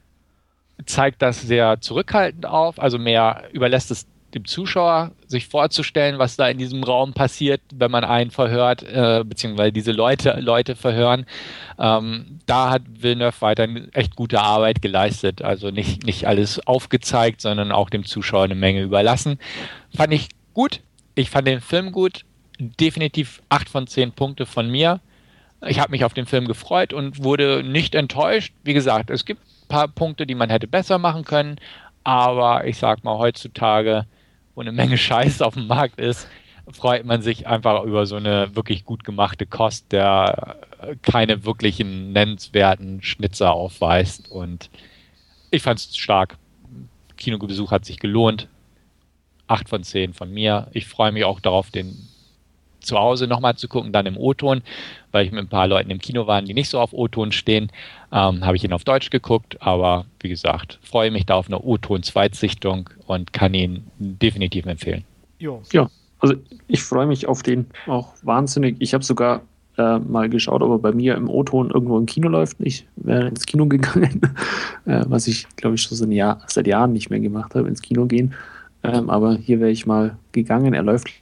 zeigt das sehr zurückhaltend auf, also mehr überlässt es dem Zuschauer, sich vorzustellen, was da in diesem Raum passiert, wenn man einen verhört, äh, beziehungsweise diese Leute, Leute verhören. Ähm, da hat Villeneuve weiterhin echt gute Arbeit geleistet, also nicht, nicht alles aufgezeigt, sondern auch dem Zuschauer eine Menge überlassen. Fand ich gut, ich fand den Film gut, definitiv acht von zehn Punkte von mir. Ich habe mich auf den Film gefreut und wurde nicht enttäuscht. Wie gesagt, es gibt paar Punkte, die man hätte besser machen können, aber ich sag mal, heutzutage, wo eine Menge Scheiß auf dem Markt ist, freut man sich einfach über so eine wirklich gut gemachte Kost, der keine wirklichen nennenswerten Schnitzer aufweist, und ich fand es stark. Kinobesuch hat sich gelohnt. acht von zehn von mir. Ich freue mich auch darauf, den zu Hause nochmal zu gucken, dann im O-Ton, weil ich mit ein paar Leuten im Kino war, die nicht so auf O-Ton stehen, ähm, habe ich ihn auf Deutsch geguckt, aber wie gesagt, freue mich da auf eine O-Ton-Zweitsichtung und kann ihn definitiv empfehlen. Jo. Ja, also ich freue mich auf den auch wahnsinnig. Ich habe sogar äh, mal geschaut, ob er bei mir im O-Ton irgendwo im Kino läuft. Ich wäre ins Kino gegangen, äh, was ich, glaube ich, schon so ein Jahr, seit Jahren nicht mehr gemacht habe, ins Kino gehen. Ähm, aber hier wäre ich mal gegangen. Er läuft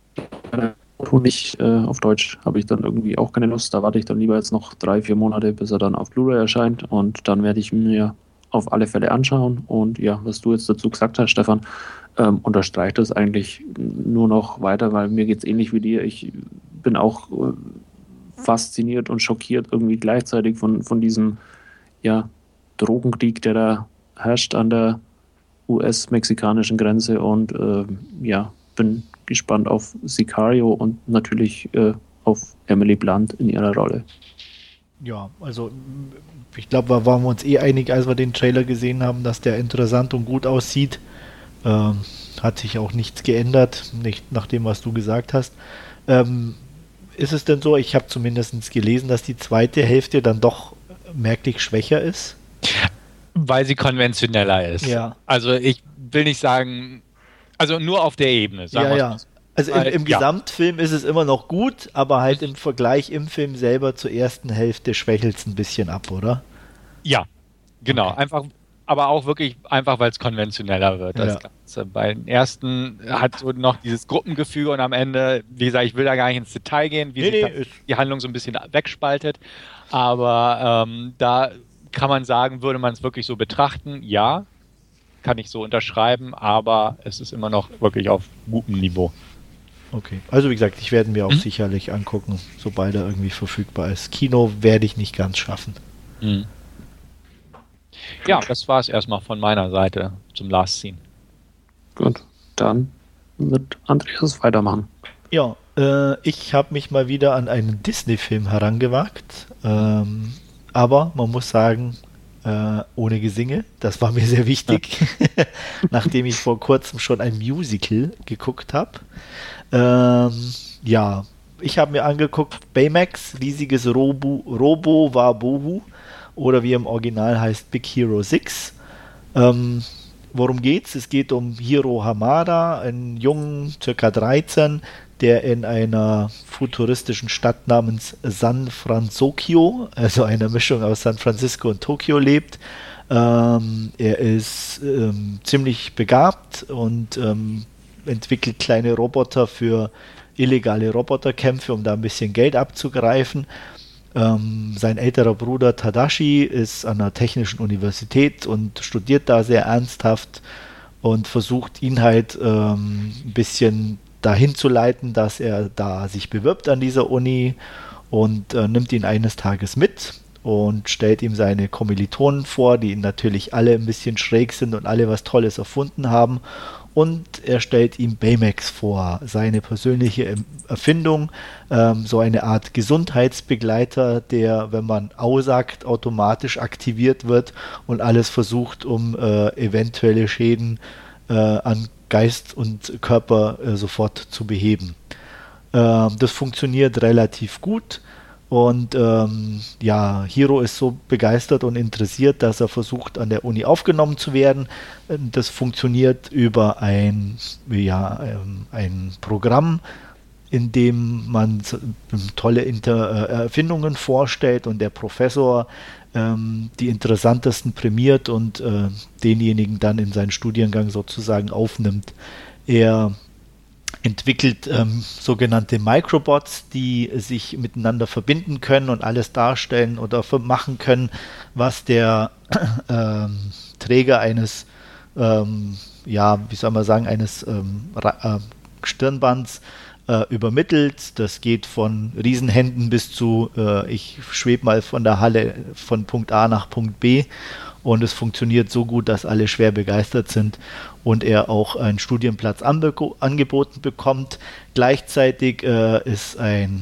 nicht äh, auf Deutsch, habe ich dann irgendwie auch keine Lust. Da warte ich dann lieber jetzt noch drei, vier Monate, bis er dann auf Blu-ray erscheint, und dann werde ich mir auf alle Fälle anschauen. Und ja, was du jetzt dazu gesagt hast, Stefan, ähm, unterstreicht das eigentlich nur noch weiter, weil mir geht es ähnlich wie dir. Ich bin auch äh, fasziniert und schockiert irgendwie gleichzeitig von, von diesem ja, Drogenkrieg, der da herrscht an der U S-mexikanischen Grenze, und äh, ja, bin gespannt auf Sicario und natürlich äh, auf Emily Blunt in ihrer Rolle. Ja, also ich glaube, da waren wir uns eh einig, als wir den Trailer gesehen haben, dass der interessant und gut aussieht. Ähm, hat sich auch nichts geändert, nicht nach dem, was du gesagt hast. Ähm, ist es denn so, ich habe zumindest gelesen, dass die zweite Hälfte dann doch merklich schwächer ist? Weil sie konventioneller ist. Ja. Also ich will nicht sagen, also nur auf der Ebene, sagen ja, wir ja. so. Also im, im ja. Gesamtfilm ist es immer noch gut, aber halt im Vergleich im Film selber zur ersten Hälfte schwächelt es ein bisschen ab, oder? Ja, genau. Okay. Einfach, aber auch wirklich einfach, weil es konventioneller wird. Das Ja. Ganze. Bei den ersten hat so noch dieses Gruppengefüge und am Ende, wie gesagt, ich will da gar nicht ins Detail gehen, wie nee, sich nee, die Handlung so ein bisschen wegspaltet. Aber ähm, da kann man sagen, würde man es wirklich so betrachten, ja, kann ich so unterschreiben, aber es ist immer noch wirklich auf gutem Niveau. Okay, also wie gesagt, ich werde mir auch hm? sicherlich angucken, sobald er irgendwie verfügbar ist. Kino werde ich nicht ganz schaffen. Hm. Ja, das war es erstmal von meiner Seite zum Last Scene. Gut, dann wird Andreas weitermachen. Ja, äh, ich habe mich mal wieder an einen Disney-Film herangewagt, ähm, aber man muss sagen, äh, ohne Gesinge, das war mir sehr wichtig, ja. Nachdem ich vor kurzem schon ein Musical geguckt habe. Ähm, ja, ich habe mir angeguckt, Baymax, riesiges Robo, Robo Wabohu, oder wie im Original heißt Big Hero six. Ähm, worum geht's? Es geht um Hiro Hamada, einen Jungen, circa dreizehn, der in einer futuristischen Stadt namens San Francisco, also einer Mischung aus San Francisco und Tokio lebt. Ähm, er ist ähm, ziemlich begabt und ähm, entwickelt kleine Roboter für illegale Roboterkämpfe, um da ein bisschen Geld abzugreifen. Ähm, sein älterer Bruder Tadashi ist an einer technischen Universität und studiert da sehr ernsthaft und versucht ihn halt ähm, ein bisschen dahin zu leiten, dass er da sich bewirbt an dieser Uni und äh, nimmt ihn eines Tages mit und stellt ihm seine Kommilitonen vor, die natürlich alle ein bisschen schräg sind und alle was Tolles erfunden haben. Und er stellt ihm Baymax vor, seine persönliche Erfindung, ähm, so eine Art Gesundheitsbegleiter, der, wenn man aussagt, automatisch aktiviert wird und alles versucht, um äh, eventuelle Schäden äh, an Geist und Körper äh, sofort zu beheben. Ähm, das funktioniert relativ gut. Und ähm, ja, Hiro ist so begeistert und interessiert, dass er versucht, an der Uni aufgenommen zu werden. Das funktioniert über ein, ja, ähm, ein Programm, in dem man tolle Inter- äh, Erfindungen vorstellt und der Professor ähm, die interessantesten prämiert und äh, denjenigen dann in seinen Studiengang sozusagen aufnimmt. Er entwickelt ähm, sogenannte Microbots, die sich miteinander verbinden können und alles darstellen oder machen können, was der ähm, Träger eines, ähm, ja, wie soll man sagen, eines ähm, äh, Stirnbands äh, übermittelt. Das geht von Riesenhänden bis zu, äh, ich schwebe mal von der Halle von Punkt A nach Punkt B. Und es funktioniert so gut, dass alle schwer begeistert sind und er auch einen Studienplatz anbe- angeboten bekommt. Gleichzeitig äh, ist ein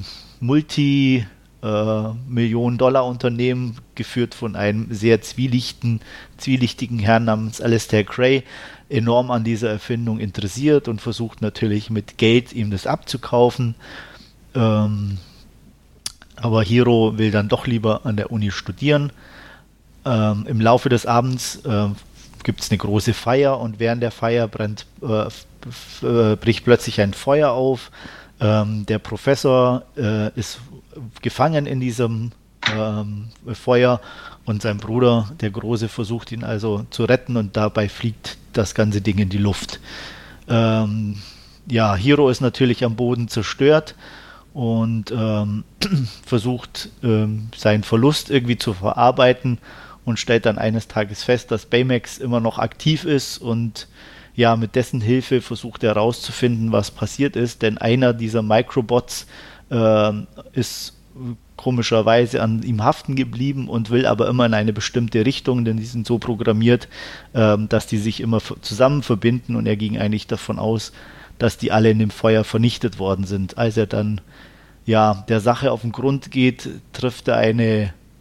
Multi-Millionen-Dollar-Unternehmen, äh, geführt von einem sehr zwielichten, zwielichtigen Herrn namens Alistair Gray, enorm an dieser Erfindung interessiert und versucht natürlich mit Geld ihm das abzukaufen. Ähm, aber Hiro will dann doch lieber an der Uni studieren. Ähm, Im Laufe des Abends äh, gibt es eine große Feier und während der Feier brennt, äh, f- äh, bricht plötzlich ein Feuer auf. Ähm, der Professor äh, ist gefangen in diesem ähm, Feuer und sein Bruder, der Große, versucht ihn also zu retten und dabei fliegt das ganze Ding in die Luft. Ähm, ja, Hiro ist natürlich am Boden zerstört und ähm, versucht ähm, seinen Verlust irgendwie zu verarbeiten und stellt dann eines Tages fest, dass Baymax immer noch aktiv ist und ja, mit dessen Hilfe versucht er herauszufinden, was passiert ist, denn einer dieser Microbots äh, ist komischerweise an ihm haften geblieben und will aber immer in eine bestimmte Richtung, denn die sind so programmiert, äh, dass die sich immer f- zusammen verbinden und er ging eigentlich davon aus, dass die alle in dem Feuer vernichtet worden sind. Als er dann ja der Sache auf den Grund geht, trifft er eine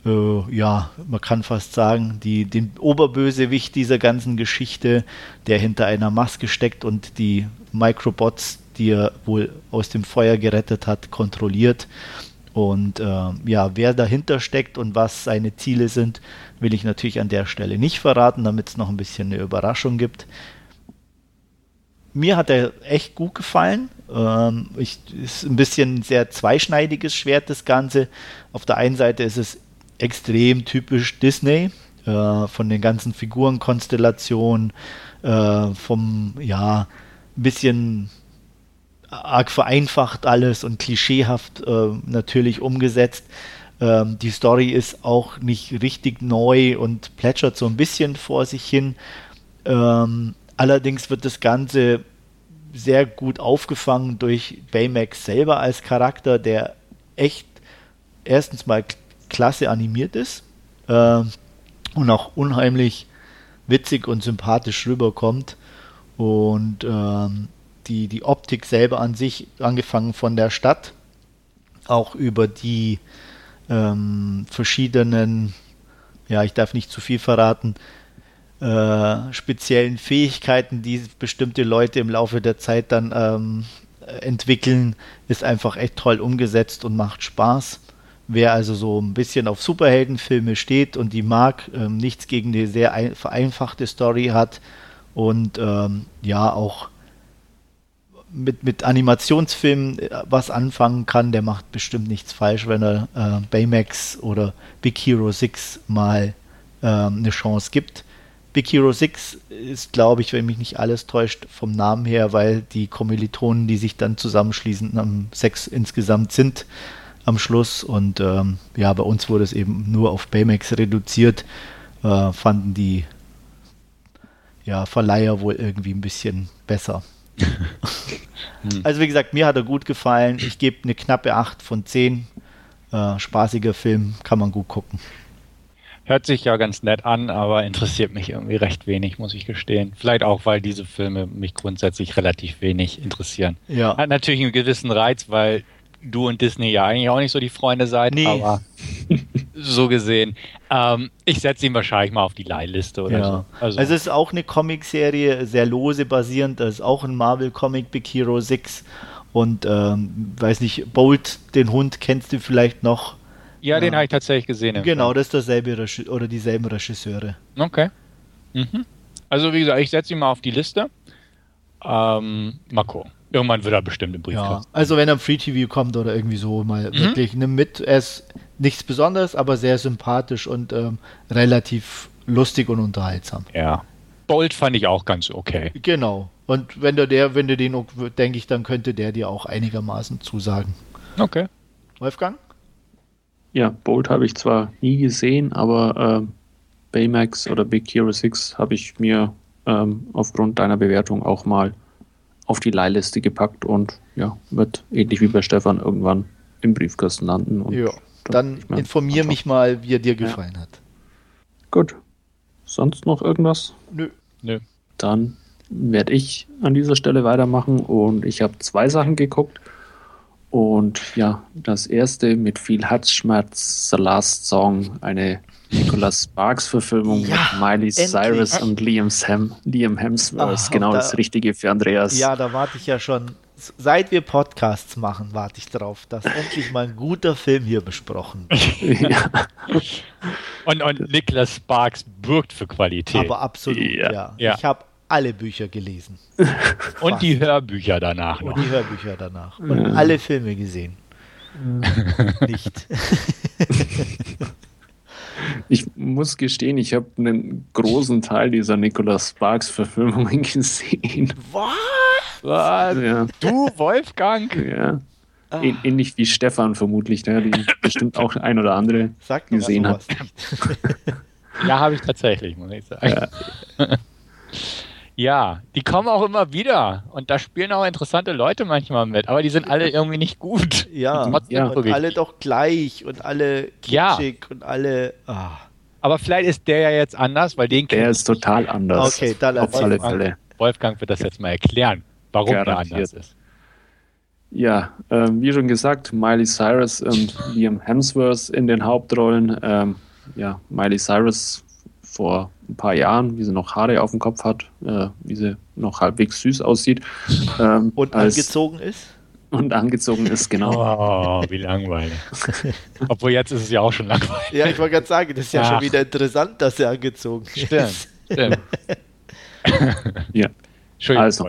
äh, ja, man kann fast sagen, die, den Oberbösewicht dieser ganzen Geschichte, der hinter einer Maske steckt und die Microbots, die er wohl aus dem Feuer gerettet hat, kontrolliert. Und äh, ja, wer dahinter steckt und was seine Ziele sind, will ich natürlich an der Stelle nicht verraten, damit es noch ein bisschen eine Überraschung gibt. Mir hat er echt gut gefallen. Ähm, ich, ist ein bisschen ein sehr zweischneidiges Schwert, das Ganze. Auf der einen Seite ist es extrem typisch Disney, äh, von den ganzen Figurenkonstellationen, äh, vom, ja, ein bisschen arg vereinfacht alles und klischeehaft äh, natürlich umgesetzt. Ähm, die Story ist auch nicht richtig neu und plätschert so ein bisschen vor sich hin. Ähm, allerdings wird das Ganze sehr gut aufgefangen durch Baymax selber als Charakter, der echt erstens mal k- klasse animiert ist äh, und auch unheimlich witzig und sympathisch rüberkommt. Und ähm, die, die Optik selber an sich, angefangen von der Stadt, auch über die ähm, verschiedenen, ja, ich darf nicht zu viel verraten, äh, speziellen Fähigkeiten, die bestimmte Leute im Laufe der Zeit dann ähm, entwickeln, ist einfach echt toll umgesetzt und macht Spaß. Wer also so ein bisschen auf Superheldenfilme steht und die mag, ähm, nichts gegen eine sehr ein, vereinfachte Story hat und ähm, ja auch mit, mit Animationsfilmen was anfangen kann, der macht bestimmt nichts falsch, wenn er äh, Baymax oder Big Hero sechs mal ähm, eine Chance gibt. Big Hero sechs ist, glaube ich, wenn mich nicht alles täuscht, vom Namen her, weil die Kommilitonen, die sich dann zusammenschließen, am sechs insgesamt sind am Schluss. Und ähm, ja, bei uns wurde es eben nur auf Baymax reduziert, äh, fanden die ja, Verleiher wohl irgendwie ein bisschen besser. Also wie gesagt, mir hat er gut gefallen. Ich gebe eine knappe acht von zehn. Äh, spaßiger Film, kann man gut gucken. Hört sich ja ganz nett an, aber interessiert mich irgendwie recht wenig, muss ich gestehen. Vielleicht auch, weil diese Filme mich grundsätzlich relativ wenig interessieren. Ja. Hat natürlich einen gewissen Reiz, weil du und Disney ja eigentlich auch nicht so die Freunde seid, Nee. aber so gesehen. Ähm, ich setze ihn wahrscheinlich mal auf die Leihliste oder Ja. so. Also, also es ist auch eine Comicserie, sehr lose basierend. Das ist auch ein Marvel-Comic, Big Hero sechs. Und ähm, weiß nicht, Bolt, den Hund, kennst du vielleicht noch? Ja, Ja. den habe ich tatsächlich gesehen. im Genau, Film. das ist derselbe Regi- oder dieselben Regisseure. Okay. Mhm. Also wie gesagt, ich setze ihn mal auf die Liste. Ähm, mal gucken. Irgendwann wird er bestimmt im Ja, Briefkasten. also wenn er im Free T V kommt oder irgendwie so, mal Mhm. wirklich nimm mit. Er ist nichts Besonderes, aber sehr sympathisch und ähm, relativ lustig und unterhaltsam. Ja. Bolt fand ich auch ganz okay. Genau. Und wenn du der, wenn du den, auch- denke ich, dann könnte der dir auch einigermaßen zusagen. Okay. Wolfgang? Ja, Bolt habe ich zwar nie gesehen, aber ähm, Baymax oder Big Hero sechs habe ich mir ähm, aufgrund deiner Bewertung auch mal auf die Leihliste gepackt und ja, wird ähnlich wie bei Stefan irgendwann im Briefkasten landen. Und Ja. Dann ich mal informier anschauen. mich mal, wie er dir gefallen hat. Gut. Sonst noch irgendwas? Nö. Nö. Dann werde ich an dieser Stelle weitermachen und ich habe zwei Sachen geguckt. Und ja, das erste mit viel Herzschmerz, The Last Song, eine Nicholas Sparks-Verfilmung Ja, mit Miley endlich. Cyrus und Liam, Sam, Liam Hemsworth. Ach, genau da- das Richtige für Andreas. Ja, da warte ich ja schon, seit wir Podcasts machen, warte ich drauf, dass endlich mal ein guter Film hier besprochen wird. ja. Und, und Nicholas Sparks bürgt für Qualität. Aber absolut, Ja. ja. Ja. Ich habe alle Bücher gelesen. und die Hörbücher danach Und noch. die Hörbücher danach. Und Ja. alle Filme gesehen. Nicht. Ich muss gestehen, ich habe einen großen Teil dieser Nicholas Sparks-Verfilmungen gesehen. Was? Was? Ja, Du, Wolfgang? ja. Ä- Ähnlich wie Stefan vermutlich, ne? Die bestimmt auch ein oder andere Sag doch gesehen sowas hat. nicht. Ja, habe ich tatsächlich, muss ich sagen. Ja, die kommen auch immer wieder. Und da spielen auch interessante Leute manchmal mit. Aber die sind alle irgendwie nicht gut. Ja, Trotzdem ja. so und wichtig. alle doch gleich und alle Ja. kitschig und alle. Ah. Aber vielleicht ist der ja jetzt anders, weil den Der kennt ist total anders. Okay, dann auf erzähl alle mal. Fälle. Wolfgang wird das jetzt mal erklären, warum Garantiert. der anders ist. Ja, äh, wie schon gesagt, Miley Cyrus und Liam Hemsworth in den Hauptrollen. Ähm, ja, Miley Cyrus vor ein paar Jahren, wie sie noch Haare auf dem Kopf hat, äh, wie sie noch halbwegs süß aussieht. Ähm, und als, angezogen ist? Und angezogen ist, genau. Oh, wie langweilig. Obwohl jetzt ist es ja auch schon langweilig. Ja, ich wollte gerade sagen, das ist ja Ach. schon wieder interessant, dass er angezogen Stimmt. ist. Stimmt. Ja. Also,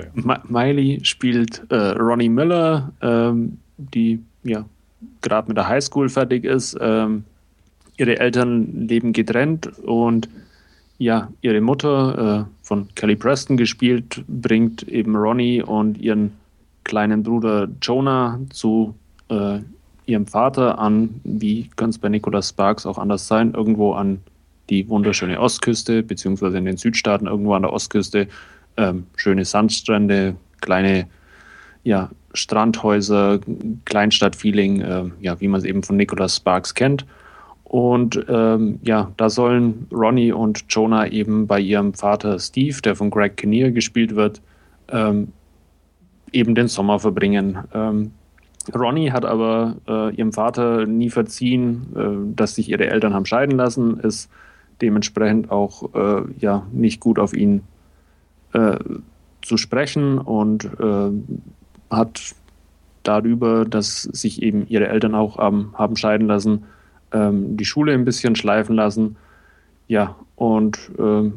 Miley spielt äh, Ronnie Miller, ähm, die ja gerade mit der Highschool fertig ist. Ähm, ihre Eltern leben getrennt und ja, ihre Mutter, äh, von Kelly Preston gespielt, bringt eben Ronnie und ihren kleinen Bruder Jonah zu äh, ihrem Vater an, wie kann es bei Nicholas Sparks auch anders sein, irgendwo an die wunderschöne Ostküste, beziehungsweise in den Südstaaten irgendwo an der Ostküste. Ähm, schöne Sandstrände, kleine ja, Strandhäuser, Kleinstadtfeeling, äh, ja, wie man es eben von Nicholas Sparks kennt. Und ähm, ja, da sollen Ronnie und Jonah eben bei ihrem Vater Steve, der von Greg Kinnear gespielt wird, ähm, eben den Sommer verbringen. Ähm, Ronnie hat aber äh, ihrem Vater nie verziehen, äh, dass sich ihre Eltern haben scheiden lassen, ist dementsprechend auch äh, ja, nicht gut auf ihn Äh, zu sprechen und äh, hat darüber, dass sich eben ihre Eltern auch ähm, haben scheiden lassen, ähm, die Schule ein bisschen schleifen lassen. Ja, und äh,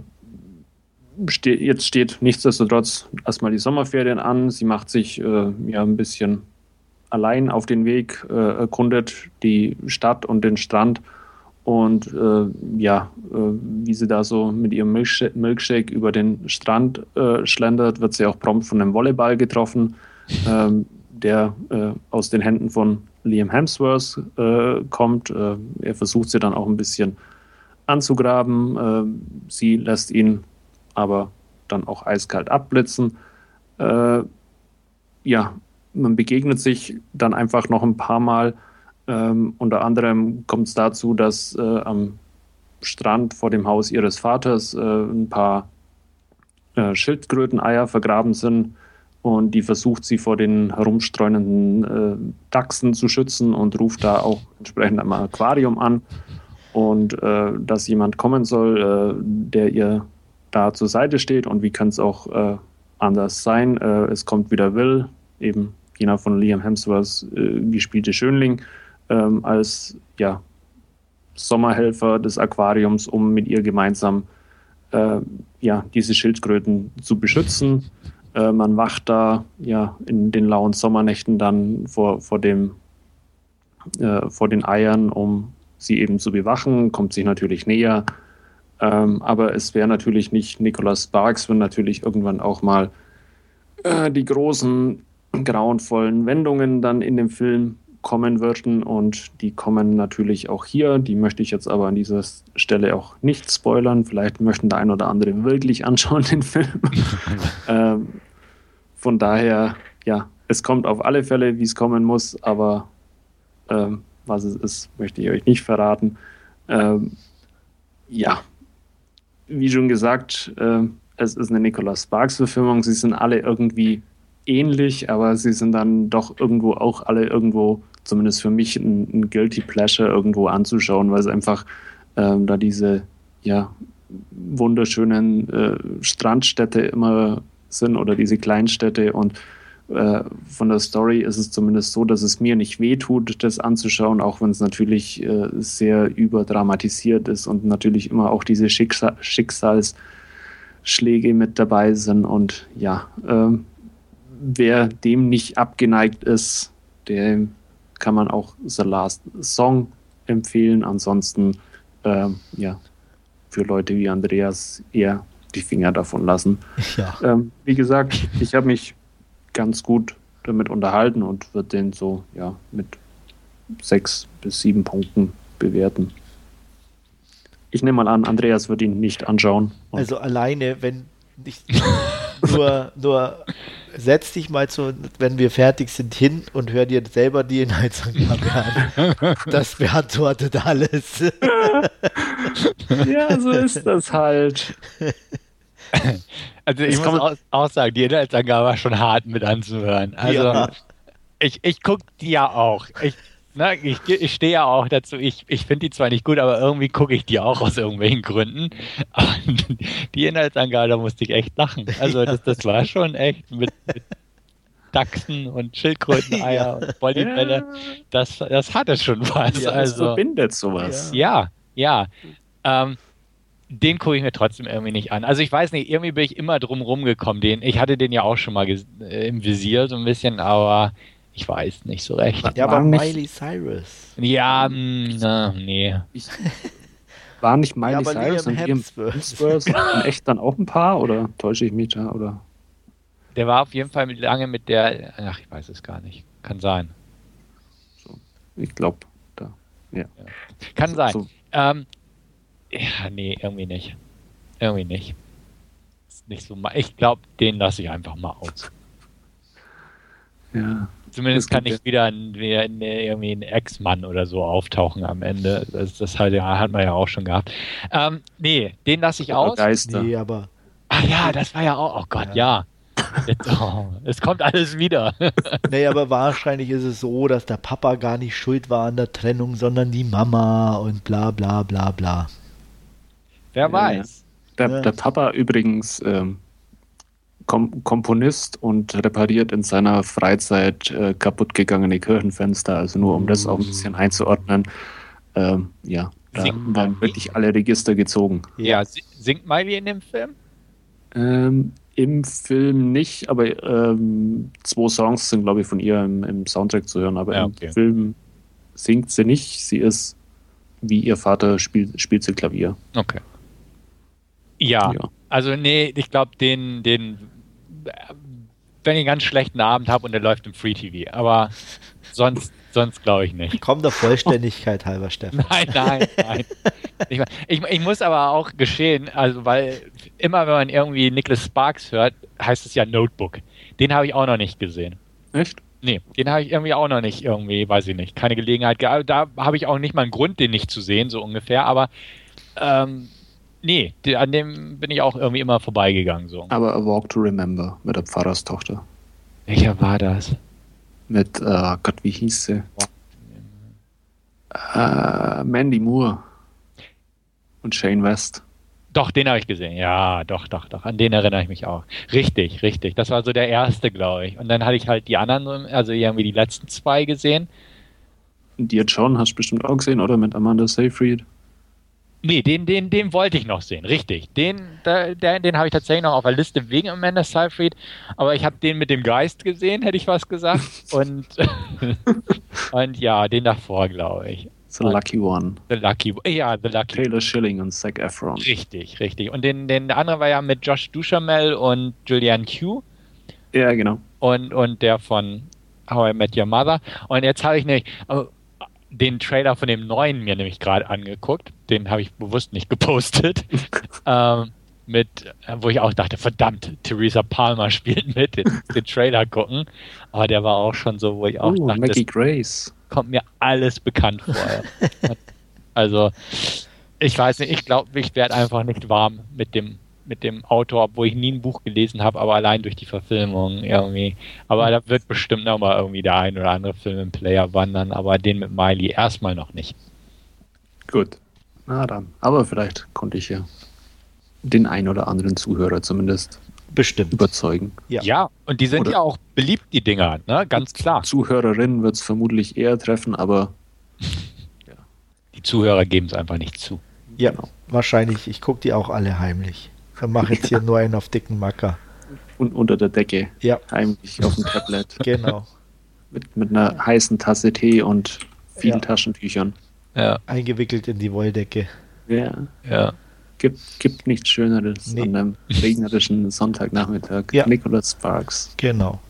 ste- jetzt steht nichtsdestotrotz erstmal die Sommerferien an. Sie macht sich äh, ja ein bisschen allein auf den Weg, äh, erkundet die Stadt und den Strand. Und äh, ja, äh, wie sie da so mit ihrem Milkshake, Milkshake über den Strand äh, schlendert, wird sie auch prompt von einem Volleyball getroffen, ähm, der äh, aus den Händen von Liam Hemsworth äh, kommt. Äh, er versucht sie dann auch ein bisschen anzugraben. Äh, sie lässt ihn aber dann auch eiskalt abblitzen. Äh, ja, man begegnet sich dann einfach noch ein paar Mal. Ähm, unter anderem kommt es dazu, dass äh, am Strand vor dem Haus ihres Vaters äh, ein paar äh, Schildkröteneier vergraben sind und die versucht sie vor den herumstreunenden äh, Dachsen zu schützen und ruft da auch entsprechend am Aquarium an und äh, dass jemand kommen soll, äh, der ihr da zur Seite steht und wie kann es auch äh, anders sein. Äh, es kommt wieder Will, eben jener von Liam Hemsworth äh, gespielte Schönling, Ähm, als ja, Sommerhelfer des Aquariums, um mit ihr gemeinsam äh, ja, diese Schildkröten zu beschützen. Äh, man wacht da ja in den lauen Sommernächten dann vor, vor, dem, äh, vor den Eiern, um sie eben zu bewachen, kommt sich natürlich näher. Ähm, aber es wäre natürlich nicht Nicholas Sparks, wenn natürlich irgendwann auch mal äh, die großen, grauenvollen Wendungen dann in dem Film kommen würden und die kommen natürlich auch hier. Die möchte ich jetzt aber an dieser Stelle auch nicht spoilern. Vielleicht möchten der ein oder andere wirklich anschauen, den Film. ähm, von daher, ja, es kommt auf alle Fälle, wie es kommen muss, aber ähm, was es ist, möchte ich euch nicht verraten. Ähm, ja, wie schon gesagt, äh, es ist eine Nicholas Sparks-Verfilmung. Sie sind alle irgendwie ähnlich, aber sie sind dann doch irgendwo auch alle irgendwo, zumindest für mich, ein, ein Guilty Pleasure irgendwo anzuschauen, weil es einfach ähm, da diese ja, wunderschönen äh, Strandstädte immer sind oder diese Kleinstädte und äh, von der Story ist es zumindest so, dass es mir nicht wehtut, das anzuschauen, auch wenn es natürlich äh, sehr überdramatisiert ist und natürlich immer auch diese Schicksal- Schicksalsschläge mit dabei sind und ja, ähm, wer dem nicht abgeneigt ist, der kann man auch The Last Song empfehlen. Ansonsten, ähm, ja, für Leute wie Andreas eher die Finger davon lassen. Ja. Ähm, wie gesagt, ich habe mich ganz gut damit unterhalten und würde den so ja mit sechs bis sieben Punkten bewerten. Ich nehme mal an, Andreas wird ihn nicht anschauen. Also alleine, wenn ich nur, nur setz dich mal zu, wenn wir fertig sind, hin und hör dir selber die Inhaltsangabe an. Das beantwortet alles. Ja, so ist das halt. Also ich es muss auch, auch sagen, die Inhaltsangabe war schon hart mit anzuhören. Also ja. Ich, ich gucke die ja auch. Ich, ne, ich, ich stehe ja auch dazu. Ich, ich finde die zwar nicht gut, aber irgendwie gucke ich die auch aus irgendwelchen Gründen. Aber die Inhaltsangabe, da musste ich echt lachen. Also das, das war schon echt mit, mit Dachsen und Schildkröteneier ja. und Volleybälle. Das, das hatte schon was. Ja, also, das verbindet sowas. Ja, ja. ja. Ähm, den gucke ich mir trotzdem irgendwie nicht an. Also ich weiß nicht, irgendwie bin ich immer drum rumgekommen. Den, ich hatte den ja auch schon mal äh, im Visier so ein bisschen, aber ich weiß nicht so recht. Ja, aber Miley Cyrus. Ja, mh, nee. Ich, war nicht Miley ja, Cyrus und Liam Hemsworth in echt dann auch ein Paar oder täusche ich mich da? Oder? Der war auf jeden Fall mit, lange mit der, ach, ich weiß es gar nicht. Kann sein. So, ich glaube, da, ja. ja. Kann so, sein. So. Ähm, ja, nee, irgendwie nicht. Irgendwie nicht. Ist nicht so. Ich glaube, den lasse ich einfach mal aus. Ja. Zumindest kann nicht wieder, ein, wieder ein, irgendwie ein Ex-Mann oder so auftauchen am Ende. Das, das hat, ja, hat man ja auch schon gehabt. Ähm, nee, den lasse ich aus. Geister. Nee, aber. Ach ja, das war ja auch. Oh Gott, ja. ja. Jetzt, oh, es kommt alles wieder. Nee, aber wahrscheinlich ist es so, dass der Papa gar nicht schuld war an der Trennung, sondern die Mama und bla bla bla bla. Wer ja, weiß. Der, ja. der Papa übrigens ähm, Kom- Komponist und repariert in seiner Freizeit äh, kaputtgegangene Kirchenfenster, also nur um das auch ein bisschen einzuordnen. Ähm, ja, da Singt waren wirklich alle Register gezogen. Ja, singt Miley in dem Film? Ähm, Im Film nicht, aber ähm, zwei Songs sind, glaube ich, von ihr im, im Soundtrack zu hören, aber ja, okay. im Film singt sie nicht. Sie ist, wie ihr Vater, spielt, spielt sie Klavier. Okay. Ja, ja. also nee, ich glaube, den, den, wenn ich einen ganz schlechten Abend habe und der läuft im Free T V, aber sonst, sonst glaube ich nicht. Komm der Vollständigkeit halber, Stefan. Nein, nein, nein. Ich, ich, ich muss aber auch geschehen, also weil immer wenn man irgendwie Nicholas Sparks hört, heißt es ja Notebook. Den habe ich auch noch nicht gesehen. Echt? Nee, den habe ich irgendwie auch noch nicht irgendwie, weiß ich nicht, keine Gelegenheit gehabt. Da habe ich auch nicht mal einen Grund, den nicht zu sehen, so ungefähr, aber ähm, nee, die, an dem bin ich auch irgendwie immer vorbeigegangen. So. Aber A Walk to Remember mit der Pfarrerstochter. Welcher war das? Mit, äh, Gott, wie hieß sie? Äh, Mandy Moore und Shane West. Doch, den habe ich gesehen. Ja, doch, doch, doch. An den erinnere ich mich auch. Richtig, richtig. Das war so der erste, glaube ich. Und dann hatte ich halt die anderen, also irgendwie die letzten zwei gesehen. Dear John hast du bestimmt auch gesehen, oder? Mit Amanda Seyfried. Nee, den, den, den wollte ich noch sehen, richtig. Den, der, den, den habe ich tatsächlich noch auf der Liste wegen Amanda Seyfried, aber ich habe den mit dem Geist gesehen, hätte ich was gesagt. Und, und ja, den davor, glaube ich. The Lucky One. The Lucky One, ja, The Lucky One. Taylor Schilling und Zac Efron. Richtig, richtig. Und den, den, der andere war ja mit Josh Duhamel und Julianne Hough. Ja, genau. Und, und der von How I Met Your Mother. Und jetzt habe ich nämlich den Trailer von dem neuen mir nämlich gerade angeguckt. Den habe ich bewusst nicht gepostet. ähm, mit, wo ich auch dachte, verdammt, Theresa Palmer spielt mit, den, den Trailer gucken. Aber der war auch schon so, wo ich auch oh, dachte, Maggie Grace. Kommt mir alles bekannt vor. Also, ich weiß nicht, ich glaube, ich werde einfach nicht warm mit dem, mit dem Autor, obwohl ich nie ein Buch gelesen habe, aber allein durch die Verfilmung irgendwie. Aber da wird bestimmt noch mal irgendwie der ein oder andere Film im Player wandern, aber den mit Miley erstmal noch nicht. Gut. Na dann. Aber vielleicht konnte ich ja den ein oder anderen Zuhörer zumindest bestimmt überzeugen. Ja, ja, und die sind oder ja auch beliebt, die Dinger, ne? Ganz klar. Zuhörerinnen wird es vermutlich eher treffen, aber ja. Die Zuhörer geben es einfach nicht zu. Ja, genau. Wahrscheinlich. Ich gucke die auch alle heimlich. Ich mache jetzt hier nur einen auf dicken Macker. Und unter der Decke. Ja. Heimlich auf dem Tablet. Genau. mit, mit einer heißen Tasse Tee und vielen ja. Taschentüchern. Ja. Eingewickelt in die Wolldecke. Ja. Ja. Gibt, gibt nichts Schöneres nee. an einem regnerischen Sonntagnachmittag. Ja. Nicholas Sparks. Genau.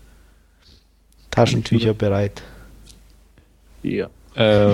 Taschentücher bereit. Ja. Äh.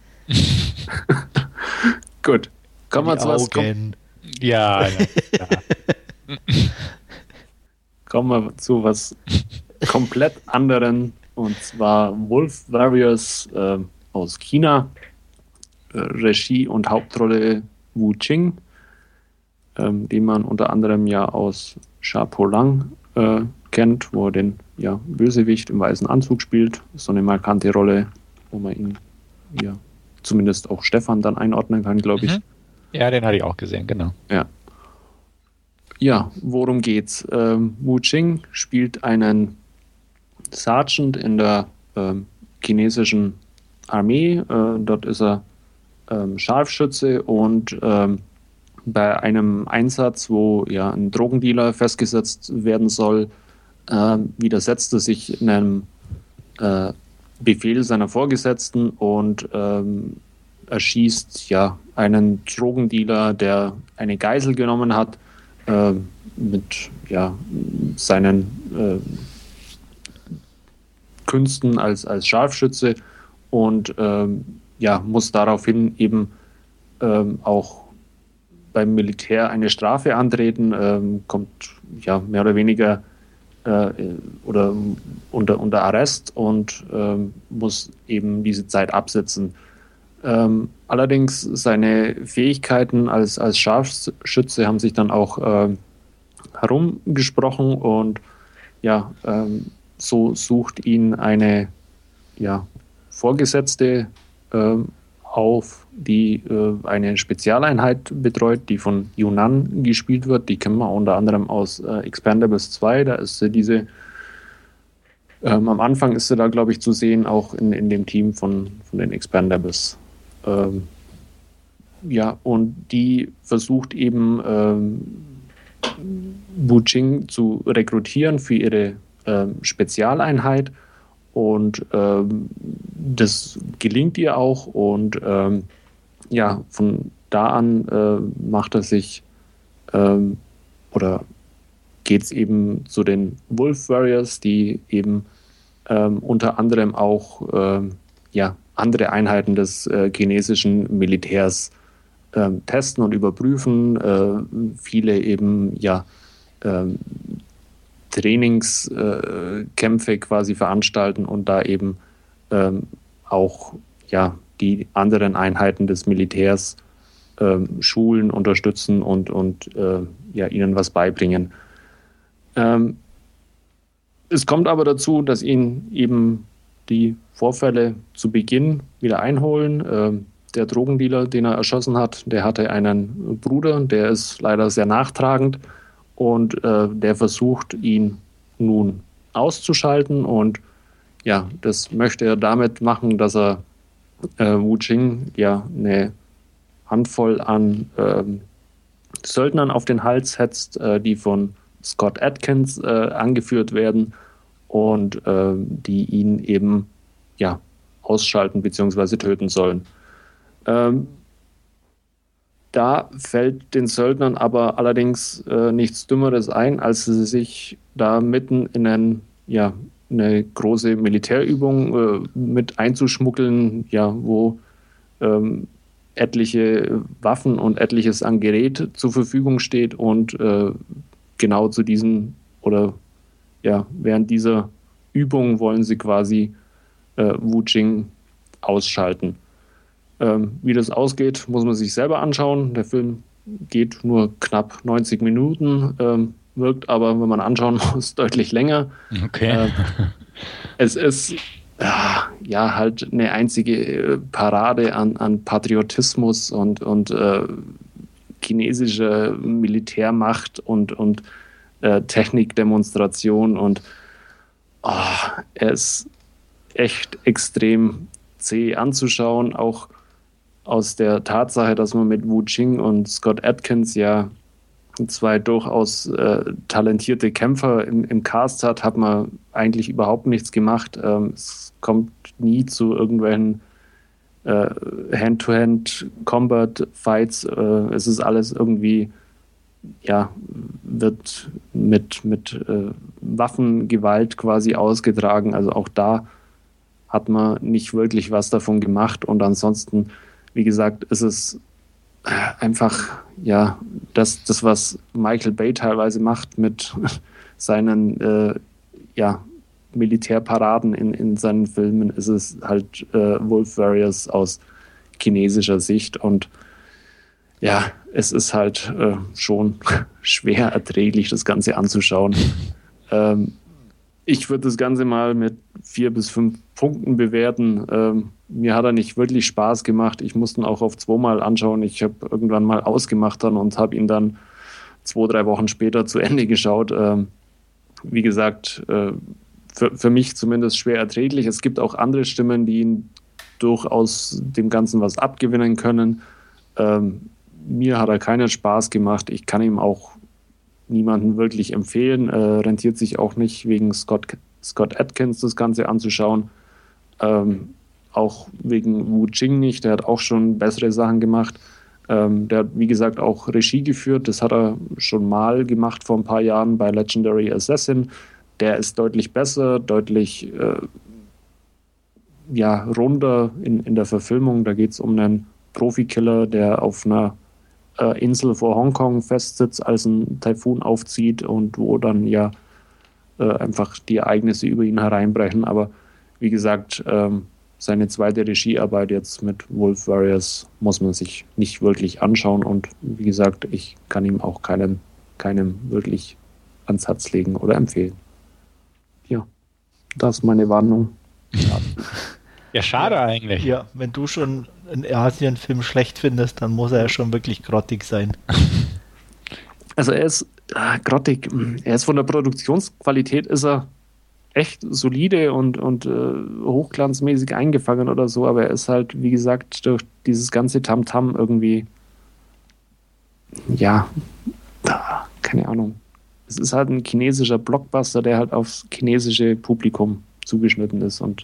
Gut. Kommen wir zu was. Komm, ja, ja, ja. Kommen wir zu was komplett anderen. Und zwar Wolf Warriors äh, aus China. Äh, Regie und Hauptrolle Wu Qing, ähm, den man unter anderem ja aus Sha Po Lang äh, kennt, wo er den ja, Bösewicht im weißen Anzug spielt. So eine markante Rolle, wo man ihn ja zumindest auch Stefan dann einordnen kann, glaube ich. Mhm. Ja, den hatte ich auch gesehen, genau. Ja. Ja, worum geht's? Ähm, Wu Qing spielt einen Sergeant in der ähm, chinesischen Armee. Äh, dort ist er ähm, Scharfschütze und ähm, bei einem Einsatz, wo ja ein Drogendealer festgesetzt werden soll, äh, widersetzt er sich einem äh, Befehl seiner Vorgesetzten und ähm, erschießt ja einen Drogendealer, der eine Geisel genommen hat, äh, mit ja, seinen äh, Künsten als, als Scharfschütze und ähm, ja, muss daraufhin eben ähm, auch beim Militär eine Strafe antreten, ähm, kommt ja mehr oder weniger äh, oder unter, unter Arrest und ähm, muss eben diese Zeit absitzen. Ähm, allerdings seine Fähigkeiten als, als Scharfschütze haben sich dann auch äh, herumgesprochen und ja, ähm, so sucht ihn eine ja, Vorgesetzte ähm, auf, die äh, eine Spezialeinheit betreut, die von Yunnan gespielt wird. Die kennen wir unter anderem aus äh, Expendables zwei. Da ist sie diese, ähm, am Anfang ist sie da, glaube ich, zu sehen, auch in, in dem Team von, von den Expendables. Ähm, ja, und die versucht eben ähm, Wu Qing zu rekrutieren für ihre ähm, Spezialeinheit. Und ähm, das gelingt ihr auch und ähm, ja, von da an äh, macht er sich ähm, oder geht es eben zu den Wolf Warriors, die eben ähm, unter anderem auch ähm, ja, andere Einheiten des äh, chinesischen Militärs ähm, testen und überprüfen. Äh, viele eben ja ähm, Trainingskämpfe äh, quasi veranstalten und da eben ähm, auch ja, die anderen Einheiten des Militärs ähm, schulen, unterstützen und, und äh, ja, ihnen was beibringen. Ähm, es kommt aber dazu, dass ihn eben die Vorfälle zu Beginn wieder einholen. Ähm, der Drogendealer, den er erschossen hat, der hatte einen Bruder, der ist leider sehr nachtragend. Und äh, der versucht, ihn nun auszuschalten. Und ja, das möchte er damit machen, dass er äh, Wu Qing ja eine Handvoll an äh, Söldnern auf den Hals hetzt, äh, die von Scott Adkins äh, angeführt werden und äh, die ihn eben ja, ausschalten bzw. töten sollen. Ähm, Da fällt den Söldnern aber allerdings äh, nichts Dümmeres ein, als sie sich da mitten in einen, ja, eine große Militärübung äh, mit einzuschmuggeln, ja, wo ähm, etliche Waffen und etliches an Gerät zur Verfügung steht und äh, genau zu diesen oder ja, während dieser Übung wollen sie quasi äh, Wu Qing ausschalten. Ähm, wie das ausgeht, muss man sich selber anschauen. Der Film geht nur knapp neunzig Minuten, ähm, wirkt aber, wenn man anschauen muss, deutlich länger. Okay. Äh, es ist ja, ja halt eine einzige Parade an, an Patriotismus und, und äh, chinesische Militärmacht und, und äh, Technikdemonstration und oh, er ist echt extrem zäh anzuschauen, auch aus der Tatsache, dass man mit Wu Qing und Scott Adkins ja zwei durchaus äh, talentierte Kämpfer im, im Cast hat, hat man eigentlich überhaupt nichts gemacht. Ähm, es kommt nie zu irgendwelchen äh, Hand-to-Hand-Combat-Fights. Äh, es ist alles irgendwie, ja, wird mit, mit äh, Waffengewalt quasi ausgetragen. Also auch da hat man nicht wirklich was davon gemacht. Und ansonsten, wie gesagt, ist es einfach, ja, das, das was Michael Bay teilweise macht mit seinen äh, ja, Militärparaden in, in seinen Filmen, ist es halt äh, Wolf Warriors aus chinesischer Sicht. Und ja, es ist halt äh, schon schwer erträglich, das Ganze anzuschauen. Ähm, ich würde das Ganze mal mit vier bis fünf Punkten bewerten. Ähm, mir hat er nicht wirklich Spaß gemacht. Ich musste ihn auch auf zweimal anschauen. Ich habe irgendwann mal ausgemacht dann und habe ihn dann zwei, drei Wochen später zu Ende geschaut. Ähm, wie gesagt, äh, für, für mich zumindest schwer erträglich. Es gibt auch andere Stimmen, die ihn durchaus dem Ganzen was abgewinnen können. Ähm, mir hat er keinen Spaß gemacht. Ich kann ihm auch niemanden wirklich empfehlen. Äh, rentiert sich auch nicht, wegen Scott, Scott Adkins das Ganze anzuschauen. Ähm, auch wegen Wu Jing nicht. Der hat auch schon bessere Sachen gemacht. Ähm, der hat, wie gesagt, auch Regie geführt. Das hat er schon mal gemacht vor ein paar Jahren bei Legendary Assassin. Der ist deutlich besser, deutlich äh, ja, runder in, in der Verfilmung. Da geht es um einen Profikiller, der auf einer äh, Insel vor Hongkong festsitzt, als ein Taifun aufzieht und wo dann ja äh, einfach die Ereignisse über ihn hereinbrechen. Aber wie gesagt, ähm, seine zweite Regiearbeit jetzt mit Wolf Warriors muss man sich nicht wirklich anschauen. Und wie gesagt, ich kann ihm auch keinen, keinem wirklich ans Herz legen oder empfehlen. Ja, das ist meine Warnung. Ja, ja schade ja, eigentlich. Ja, wenn du schon einen Asien-Film schlecht findest, dann muss er ja schon wirklich grottig sein. Also er ist äh, grottig. Er ist von der Produktionsqualität ist er echt solide und, und äh, hochglanzmäßig eingefangen oder so, aber er ist halt, wie gesagt, durch dieses ganze Tamtam irgendwie, ja, da, keine Ahnung. Es ist halt ein chinesischer Blockbuster, der halt aufs chinesische Publikum zugeschnitten ist und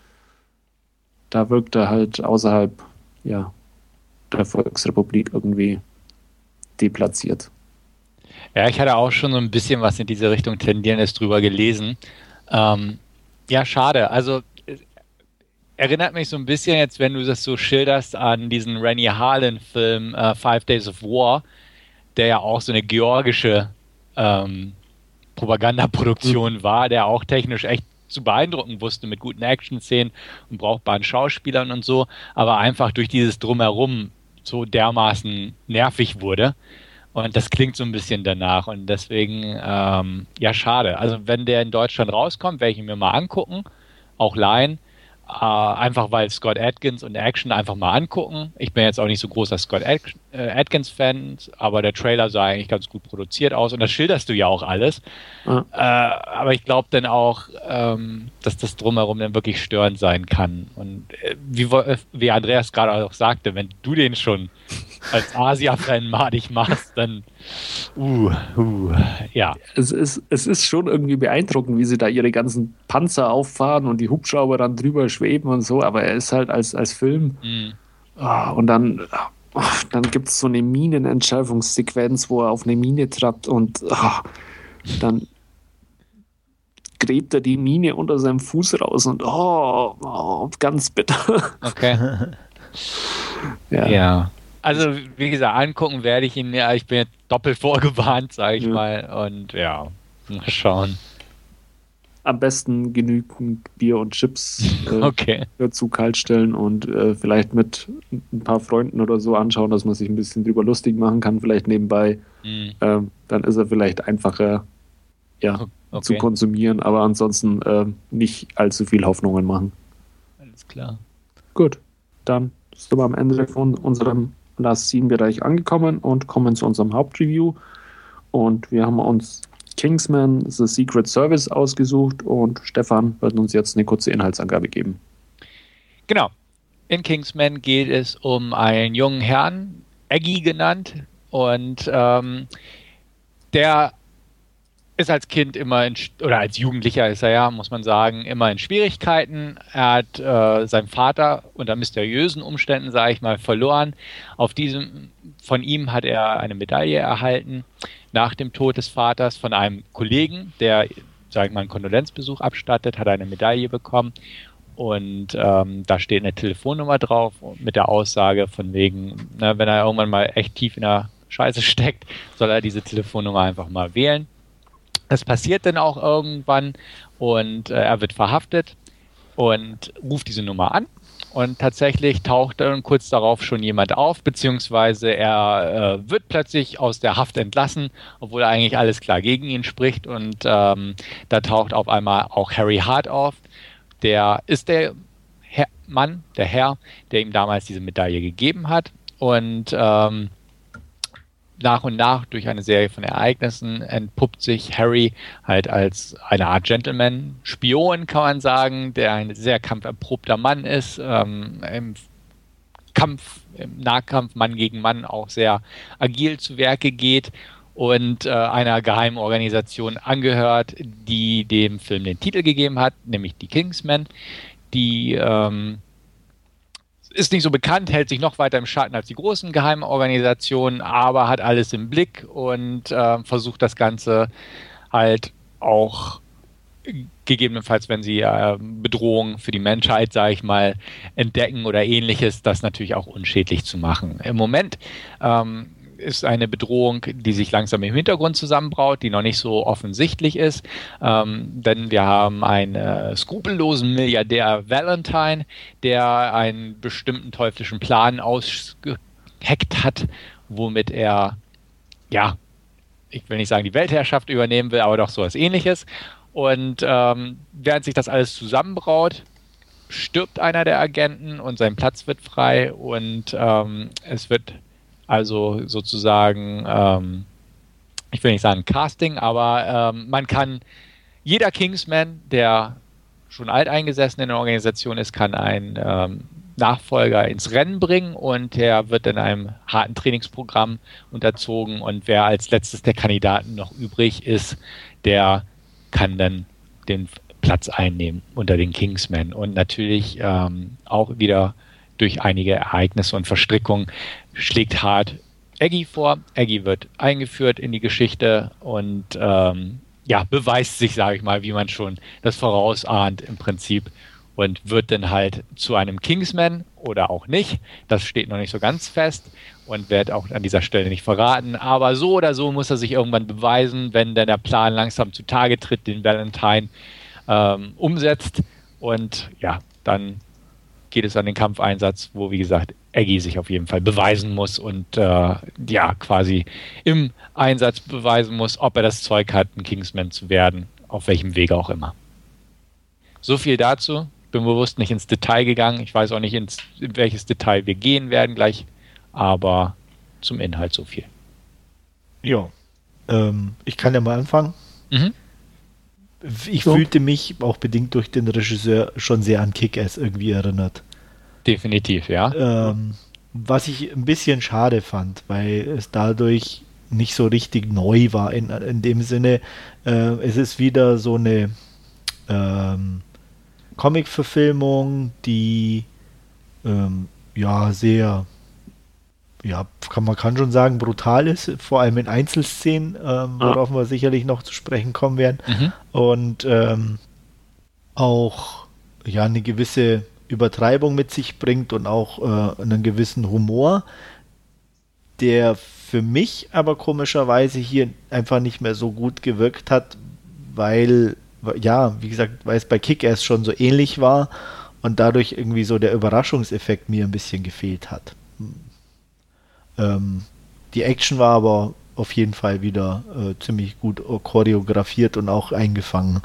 da wirkt er halt außerhalb, ja, der Volksrepublik irgendwie deplatziert. Ja, ich hatte auch schon so ein bisschen was in diese Richtung Tendierendes drüber gelesen. Ähm, ja, schade. Also erinnert mich so ein bisschen jetzt, wenn du das so schilderst, an diesen Rennie Harlin-Film äh, Five Days of War, der ja auch so eine georgische ähm, Propagandaproduktion mhm. war, der auch technisch echt zu beeindrucken wusste mit guten Action-Szenen und brauchbaren Schauspielern und so, aber einfach durch dieses Drumherum so dermaßen nervig wurde. Und das klingt so ein bisschen danach und deswegen, ähm, ja, schade. Also wenn der in Deutschland rauskommt, werde ich ihn mir mal angucken, auch leihen. Äh, einfach weil Scott Adkins und Action einfach mal angucken. Ich bin jetzt auch nicht so großer Scott Ad- äh, Adkins-Fan, aber der Trailer sah eigentlich ganz gut produziert aus und das schilderst du ja auch alles. Ja. Äh, aber ich glaube dann auch, ähm, dass das Drumherum dann wirklich störend sein kann. Und äh, wie, wie Andreas gerade auch sagte, wenn du den schon als Asia-Fan madig machst, dann uh, uh, ja. Es ist, es ist schon irgendwie beeindruckend, wie sie da ihre ganzen Panzer auffahren und die Hubschrauber dann drüber schweben und so, aber er ist halt als, als Film mm. oh, und dann, oh, dann gibt es so eine Minenentschärfungssequenz, wo er auf eine Mine trappt und oh, dann gräbt er die Mine unter seinem Fuß raus und oh, oh ganz bitter. Okay. ja. ja. Also, wie gesagt, angucken werde ich ihn, ja, ich bin jetzt doppelt vorgewarnt, sage ich ja. mal, und ja, mal schauen. Am besten genügend Bier und Chips äh, okay. dazu kaltstellen und äh, vielleicht mit ein paar Freunden oder so anschauen, dass man sich ein bisschen drüber lustig machen kann, vielleicht nebenbei. Mhm. Ähm, dann ist er vielleicht einfacher ja, okay. zu konsumieren, aber ansonsten äh, nicht allzu viel Hoffnungen machen. Alles klar. Gut, dann sind wir am Ende von unserem Last-Scene-Bereich angekommen und kommen zu unserem Hauptreview. Und wir haben uns Kingsman The Secret Service ausgesucht und Stefan wird uns jetzt eine kurze Inhaltsangabe geben. Genau. In Kingsman geht es um einen jungen Herrn, Aggie genannt, und ähm, der ist als Kind immer in, oder als Jugendlicher ist er ja, muss man sagen, immer in Schwierigkeiten. Er hat äh, seinen Vater unter mysteriösen Umständen, sage ich mal, verloren. Auf diesem, von ihm hat er eine Medaille erhalten nach dem Tod des Vaters von einem Kollegen, der, sage ich mal, einen Kondolenzbesuch abstattet, hat er eine Medaille bekommen. Und ähm, da steht eine Telefonnummer drauf mit der Aussage von wegen, ne, wenn er irgendwann mal echt tief in der Scheiße steckt, soll er diese Telefonnummer einfach mal wählen. Das passiert dann auch irgendwann und äh, er wird verhaftet und ruft diese Nummer an und tatsächlich taucht dann kurz darauf schon jemand auf, beziehungsweise er äh, wird plötzlich aus der Haft entlassen, obwohl eigentlich alles klar gegen ihn spricht, und ähm, da taucht auf einmal auch Harry Hart auf. Der ist der Herr, Mann, der Herr, der ihm damals diese Medaille gegeben hat, und ähm, nach und nach durch eine Serie von Ereignissen entpuppt sich Harry halt als eine Art Gentleman, Spion kann man sagen, der ein sehr kampferprobter Mann ist, ähm, im Kampf, im Nahkampf Mann gegen Mann auch sehr agil zu Werke geht und äh, einer geheimen Organisation angehört, die dem Film den Titel gegeben hat, nämlich die Kingsmen, die ähm, ist nicht so bekannt, hält sich noch weiter im Schatten als die großen geheimen Organisationen, aber hat alles im Blick und äh, versucht das Ganze halt auch gegebenenfalls, wenn sie äh, Bedrohungen für die Menschheit, sage ich mal, entdecken oder ähnliches, das natürlich auch unschädlich zu machen. Im Moment ähm, ist eine Bedrohung, die sich langsam im Hintergrund zusammenbraut, die noch nicht so offensichtlich ist, ähm, denn wir haben einen äh, skrupellosen Milliardär Valentine, der einen bestimmten teuflischen Plan ausgeheckt hat, womit er, ja, ich will nicht sagen die Weltherrschaft übernehmen will, aber doch sowas Ähnliches. Und ähm, während sich das alles zusammenbraut, stirbt einer der Agenten und sein Platz wird frei, und ähm, es wird also sozusagen, ähm, ich will nicht sagen Casting, aber ähm, man kann, jeder Kingsman, der schon alteingesessen in der Organisation ist, kann einen ähm, Nachfolger ins Rennen bringen, und der wird in einem harten Trainingsprogramm unterzogen, und wer als letztes der Kandidaten noch übrig ist, der kann dann den Platz einnehmen unter den Kingsmen. Und natürlich ähm, auch wieder durch einige Ereignisse und Verstrickungen schlägt Hart Eggy vor. Eggy wird eingeführt in die Geschichte und ähm, ja, beweist sich, sage ich mal, wie man schon das vorausahnt im Prinzip, und wird dann halt zu einem Kingsman oder auch nicht. Das steht noch nicht so ganz fest und wird auch an dieser Stelle nicht verraten. Aber so oder so muss er sich irgendwann beweisen, wenn dann der Plan langsam zutage tritt, den Valentine ähm, umsetzt. Und ja, dann geht es an den Kampfeinsatz, wo, wie gesagt, Eggy sich auf jeden Fall beweisen muss und äh, ja, quasi im Einsatz beweisen muss, ob er das Zeug hat, ein Kingsman zu werden, auf welchem Wege auch immer. So viel dazu. Bin bewusst nicht ins Detail gegangen. Ich weiß auch nicht, ins, in welches Detail wir gehen werden gleich, aber zum Inhalt so viel. Ja, ähm, ich kann ja mal anfangen. Mhm. Ich so. fühlte mich auch bedingt durch den Regisseur schon sehr an Kick-Ass irgendwie erinnert. Definitiv, ja. Ähm, was ich ein bisschen schade fand, weil es dadurch nicht so richtig neu war in, in dem Sinne. Äh, es ist wieder so eine ähm, Comic-Verfilmung, die ähm, ja sehr, ja, kann man kann schon sagen, brutal ist, vor allem in Einzelszenen, ähm, worauf wir sicherlich noch zu sprechen kommen werden. Mhm. Und ähm, auch ja eine gewisse Übertreibung mit sich bringt und auch äh, einen gewissen Humor, der für mich aber komischerweise hier einfach nicht mehr so gut gewirkt hat, weil ja, wie gesagt, weil es bei Kick-Ass schon so ähnlich war und dadurch irgendwie so der Überraschungseffekt mir ein bisschen gefehlt hat. Ähm, die Action war aber auf jeden Fall wieder äh, ziemlich gut choreografiert und auch eingefangen.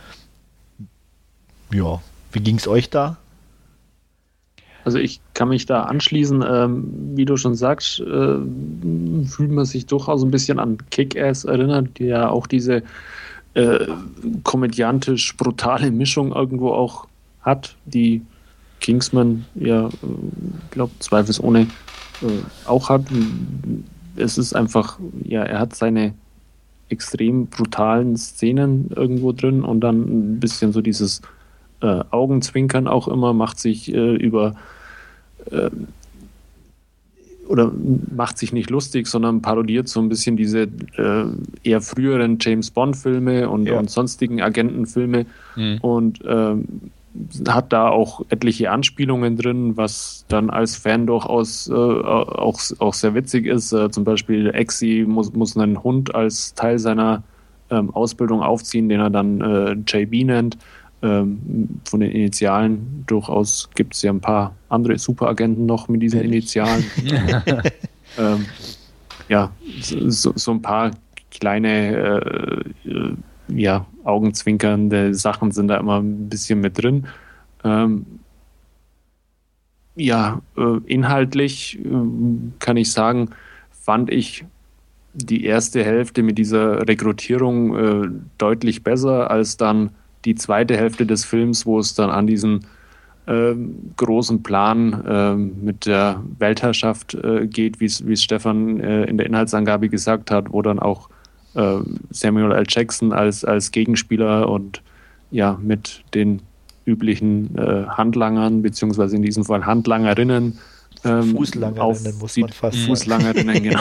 Ja, wie ging es euch da? Also ich kann mich da anschließen, ähm, wie du schon sagst, äh, fühlt man sich durchaus ein bisschen an Kick-Ass erinnert, die ja auch diese äh, komödiantisch brutale Mischung irgendwo auch hat, die Kingsman ja, ich glaube, zweifelsohne äh, auch hat. Es ist einfach, ja, er hat seine extrem brutalen Szenen irgendwo drin und dann ein bisschen so dieses äh, Augenzwinkern auch immer, macht sich äh, über äh, oder macht sich nicht lustig, sondern parodiert so ein bisschen diese äh, eher früheren James-Bond-Filme und, ja. und sonstigen Agentenfilme mhm. und ähm, hat da auch etliche Anspielungen drin, was dann als Fan durchaus äh, auch, auch sehr witzig ist. Äh, zum Beispiel Eggsy muss, muss einen Hund als Teil seiner ähm, Ausbildung aufziehen, den er dann äh, J B nennt. ähm, von den Initialen. Durchaus gibt es ja ein paar andere Superagenten noch mit diesen Initialen. ähm, ja, so, so ein paar kleine äh, ja, augenzwinkernde Sachen sind da immer ein bisschen mit drin. Ähm, ja, äh, inhaltlich äh, kann ich sagen, fand ich die erste Hälfte mit dieser Rekrutierung äh, deutlich besser als dann die zweite Hälfte des Films, wo es dann an diesen äh, großen Plan äh, mit der Weltherrschaft äh, geht, wie es Stefan äh, in der Inhaltsangabe gesagt hat, wo dann auch äh, Samuel L. Jackson als, als Gegenspieler und ja mit den üblichen äh, Handlangern, beziehungsweise in diesem Fall Handlangerinnen, ähm, Fußlangerinnen muss man fast Fußlangerinnen, genau.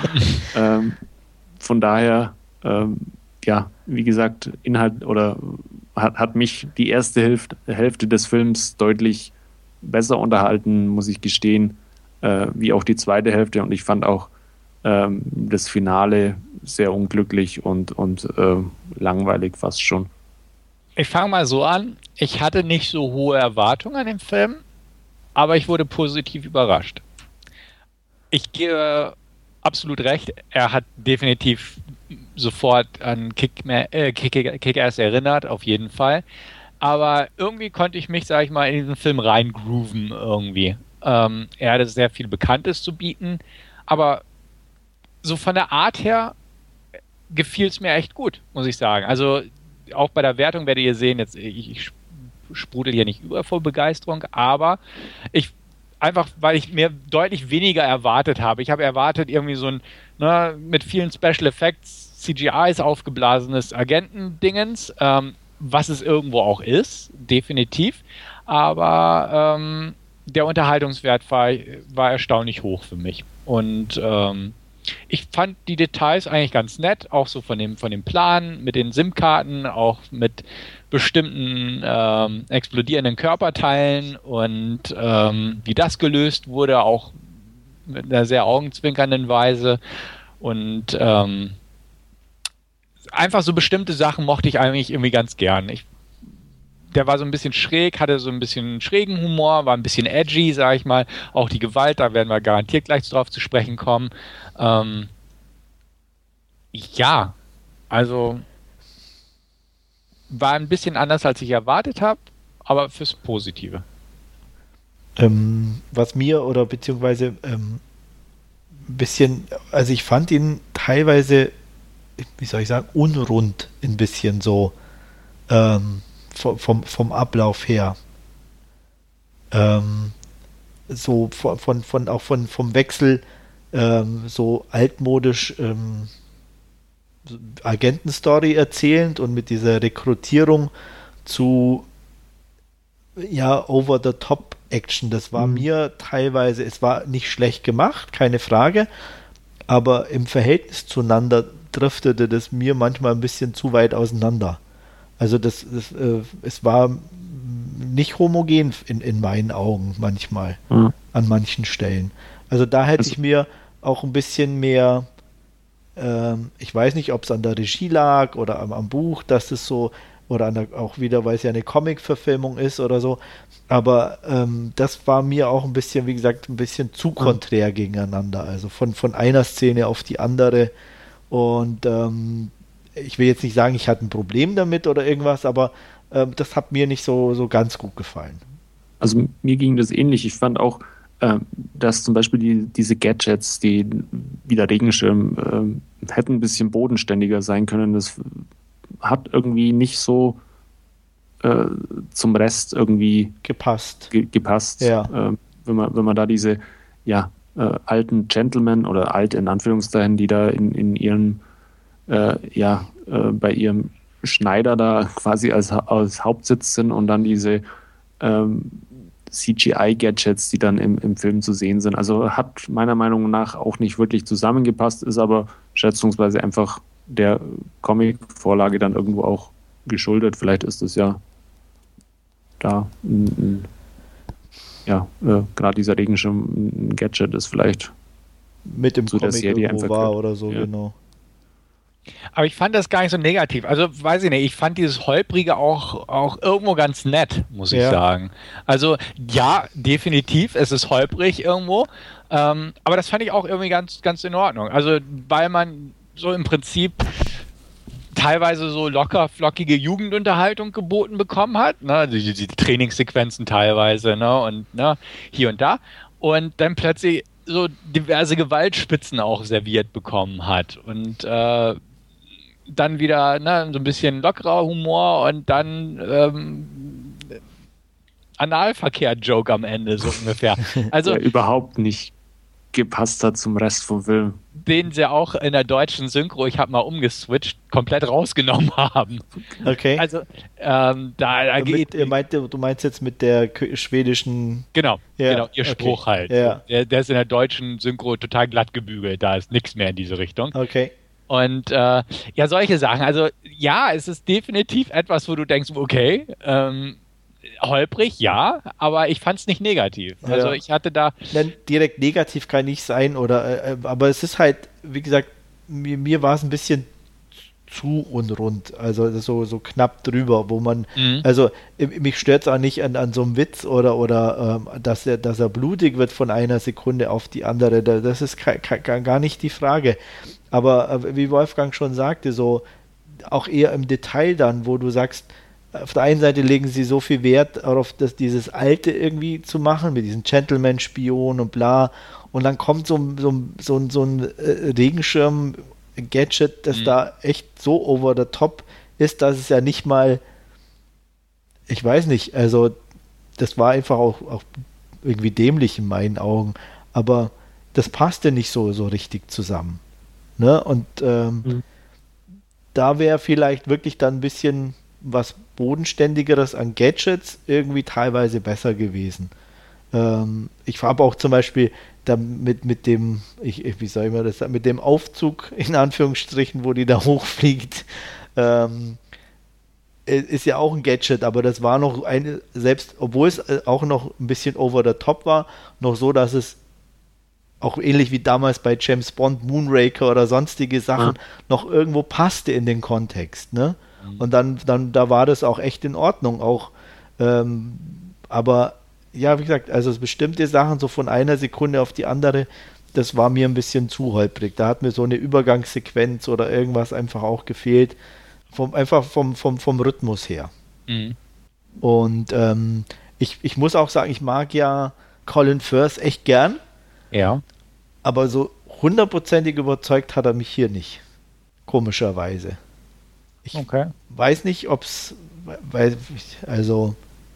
ähm, von daher, ähm, ja, wie gesagt, Inhalt oder hat, hat mich die erste Hälfte, Hälfte des Films deutlich besser unterhalten, muss ich gestehen, äh, wie auch die zweite Hälfte. Und ich fand auch ähm, das Finale sehr unglücklich und, und äh, langweilig fast schon. Ich fange mal so an. Ich hatte nicht so hohe Erwartungen an den Film, aber ich wurde positiv überrascht. Ich gebe absolut recht, er hat definitiv sofort an Kick-Ass äh, Kick, Kick erinnert, auf jeden Fall. Aber irgendwie konnte ich mich, sag ich mal, in diesen Film reingrooven irgendwie. Ähm, er hatte sehr viel Bekanntes zu bieten, aber so von der Art her gefiel es mir echt gut, muss ich sagen. Also auch bei der Wertung werdet ihr sehen, jetzt ich, ich sprudel hier nicht über vor Begeisterung, aber ich einfach, weil ich mir deutlich weniger erwartet habe. Ich habe erwartet, irgendwie so ein ne, mit vielen Special Effects, C G Is aufgeblasenes Agentendingens, ähm, was es irgendwo auch ist, definitiv. Aber ähm, der Unterhaltungswert war, war erstaunlich hoch für mich. Und ähm, ich fand die Details eigentlich ganz nett, auch so von dem, von dem Plan mit den SIM-Karten, auch mit bestimmten ähm, explodierenden Körperteilen und ähm, wie das gelöst wurde, auch mit einer sehr augenzwinkernden Weise. Und ähm, einfach so bestimmte Sachen mochte ich eigentlich irgendwie ganz gern. Ich, der war so ein bisschen schräg, hatte so ein bisschen schrägen Humor, war ein bisschen edgy, sag ich mal. Auch die Gewalt, da werden wir garantiert gleich drauf zu sprechen kommen. Ähm, ja, also war ein bisschen anders, als ich erwartet habe, aber fürs Positive. Ähm, was mir oder beziehungsweise ähm, ein bisschen, also ich fand ihn teilweise, wie soll ich sagen, unrund ein bisschen so ähm, vom, vom, vom Ablauf her. Ähm, so von, von, von auch von, vom Wechsel ähm, so altmodisch ähm, Agentenstory erzählend und mit dieser Rekrutierung zu ja, over-the-top-Action. Das war mhm. mir teilweise, es war nicht schlecht gemacht, keine Frage, aber im Verhältnis zueinander driftete das mir manchmal ein bisschen zu weit auseinander. Also das, das äh, es war nicht homogen in, in meinen Augen manchmal, mhm. an manchen Stellen. Also da hätte also, ich mir auch ein bisschen mehr ähm, ich weiß nicht, ob es an der Regie lag oder am, am Buch, dass es so, oder an der, auch wieder, weil es ja eine Comic-Verfilmung ist oder so, aber ähm, das war mir auch ein bisschen, wie gesagt, ein bisschen zu konträr mhm. gegeneinander, also von, von einer Szene auf die andere und ähm, ich will jetzt nicht sagen, ich hatte ein Problem damit oder irgendwas, aber ähm, das hat mir nicht so, so ganz gut gefallen. Also mir ging das ähnlich, ich fand auch dass zum Beispiel die, diese Gadgets, die wie der Regenschirm, äh, hätten ein bisschen bodenständiger sein können. Das hat irgendwie nicht so äh, zum Rest irgendwie gepasst. Ge- gepasst. Ja. Äh, wenn man, wenn man da diese ja, äh, alten Gentlemen oder alt in Anführungszeichen, die da in, in ihrem äh, ja, äh, bei ihrem Schneider da quasi als, als Hauptsitz sind und dann diese ähm, C G I-Gadgets, die dann im, im Film zu sehen sind. Also hat meiner Meinung nach auch nicht wirklich zusammengepasst, ist aber schätzungsweise einfach der Comic-Vorlage dann irgendwo auch geschuldet. Vielleicht ist es ja da ein, ein, ja, äh, gerade dieser Regenschirm ein Gadget ist vielleicht mit dem zu Comic der Serie irgendwo war oder so, ja. genau. Aber ich fand das gar nicht so negativ. Also, weiß ich nicht, ich fand dieses Holprige auch, auch irgendwo ganz nett, muss ich Ja. sagen. Also, ja, definitiv, es ist holprig irgendwo. Ähm, aber das fand ich auch irgendwie ganz, ganz in Ordnung. Also, weil man so im Prinzip teilweise so locker flockige Jugendunterhaltung geboten bekommen hat, ne, die, die Trainingssequenzen teilweise, ne, und ne, hier und da, und dann plötzlich so diverse Gewaltspitzen auch serviert bekommen hat und äh, dann wieder ne, so ein bisschen lockerer Humor und dann ähm, Analverkehr-Joke am Ende so ungefähr. Also der überhaupt nicht gepasst hat zum Rest vom Film. Den sie auch in der deutschen Synchro, ich habe mal umgeswitcht, komplett rausgenommen haben. Okay. Also ähm, da, da mit, geht... ihr meint, du meinst jetzt mit der kö- schwedischen... Genau, Ja, genau, ihr Spruch okay. halt. Ja. Der, der ist in der deutschen Synchro total glatt gebügelt, da ist nichts mehr in diese Richtung. Okay. Und äh, ja, solche Sachen. Also ja, es ist definitiv etwas, wo du denkst, okay, ähm, holprig, ja, aber ich fand es nicht negativ. Also Ja. ich hatte da... Nein, direkt negativ kann nicht sein, oder, äh, aber es ist halt, wie gesagt, mir, mir war es ein bisschen zu unrund, also so, so knapp drüber, wo man, Mhm. also äh, mich stört es auch nicht an, an so einem Witz oder, oder ähm, dass, er, dass er blutig wird von einer Sekunde auf die andere, da- das ist ke- ke- gar nicht die Frage. Aber äh, wie Wolfgang schon sagte, so auch eher im Detail dann, wo du sagst, auf der einen Seite legen sie so viel Wert darauf, dass dieses Alte irgendwie zu machen, mit diesem Gentleman-Spion und bla, und dann kommt so, ein- so, ein- so, ein- so ein äh, Regenschirm-Gadget, das Mhm. da echt so over the top ist, dass es ja nicht mal, ich weiß nicht, also das war einfach auch, auch irgendwie dämlich in meinen Augen, aber das passte nicht so, so richtig zusammen. Ne? Und ähm, Mhm. da wäre vielleicht wirklich dann ein bisschen was Bodenständigeres an Gadgets irgendwie teilweise besser gewesen. Ähm, ich habe auch zum Beispiel da mit, mit dem, ich, ich- wie soll ich mal das sagen, mit dem Aufzug in Anführungsstrichen, wo die da hochfliegt, ähm, i- ist ja auch ein Gadget, aber das war noch eine, selbst obwohl es äh, auch noch ein bisschen over the top war, noch so, dass es auch ähnlich wie damals bei James Bond, Moonraker oder sonstige Sachen, Ja. noch irgendwo passte in den Kontext, ne? Und dann, dann, da war das auch echt in Ordnung, auch, ähm, aber ja, wie gesagt, also bestimmte Sachen so von einer Sekunde auf die andere, das war mir ein bisschen zu holprig. Da hat mir so eine Übergangssequenz oder irgendwas einfach auch gefehlt, vom, einfach vom, vom, vom Rhythmus her. Mhm. Und ähm, ich, ich muss auch sagen, ich mag ja Colin Firth echt gern, Ja. aber so hundertprozentig überzeugt hat er mich hier nicht. Komischerweise. Ich Okay. weiß nicht, ob es, weil, also,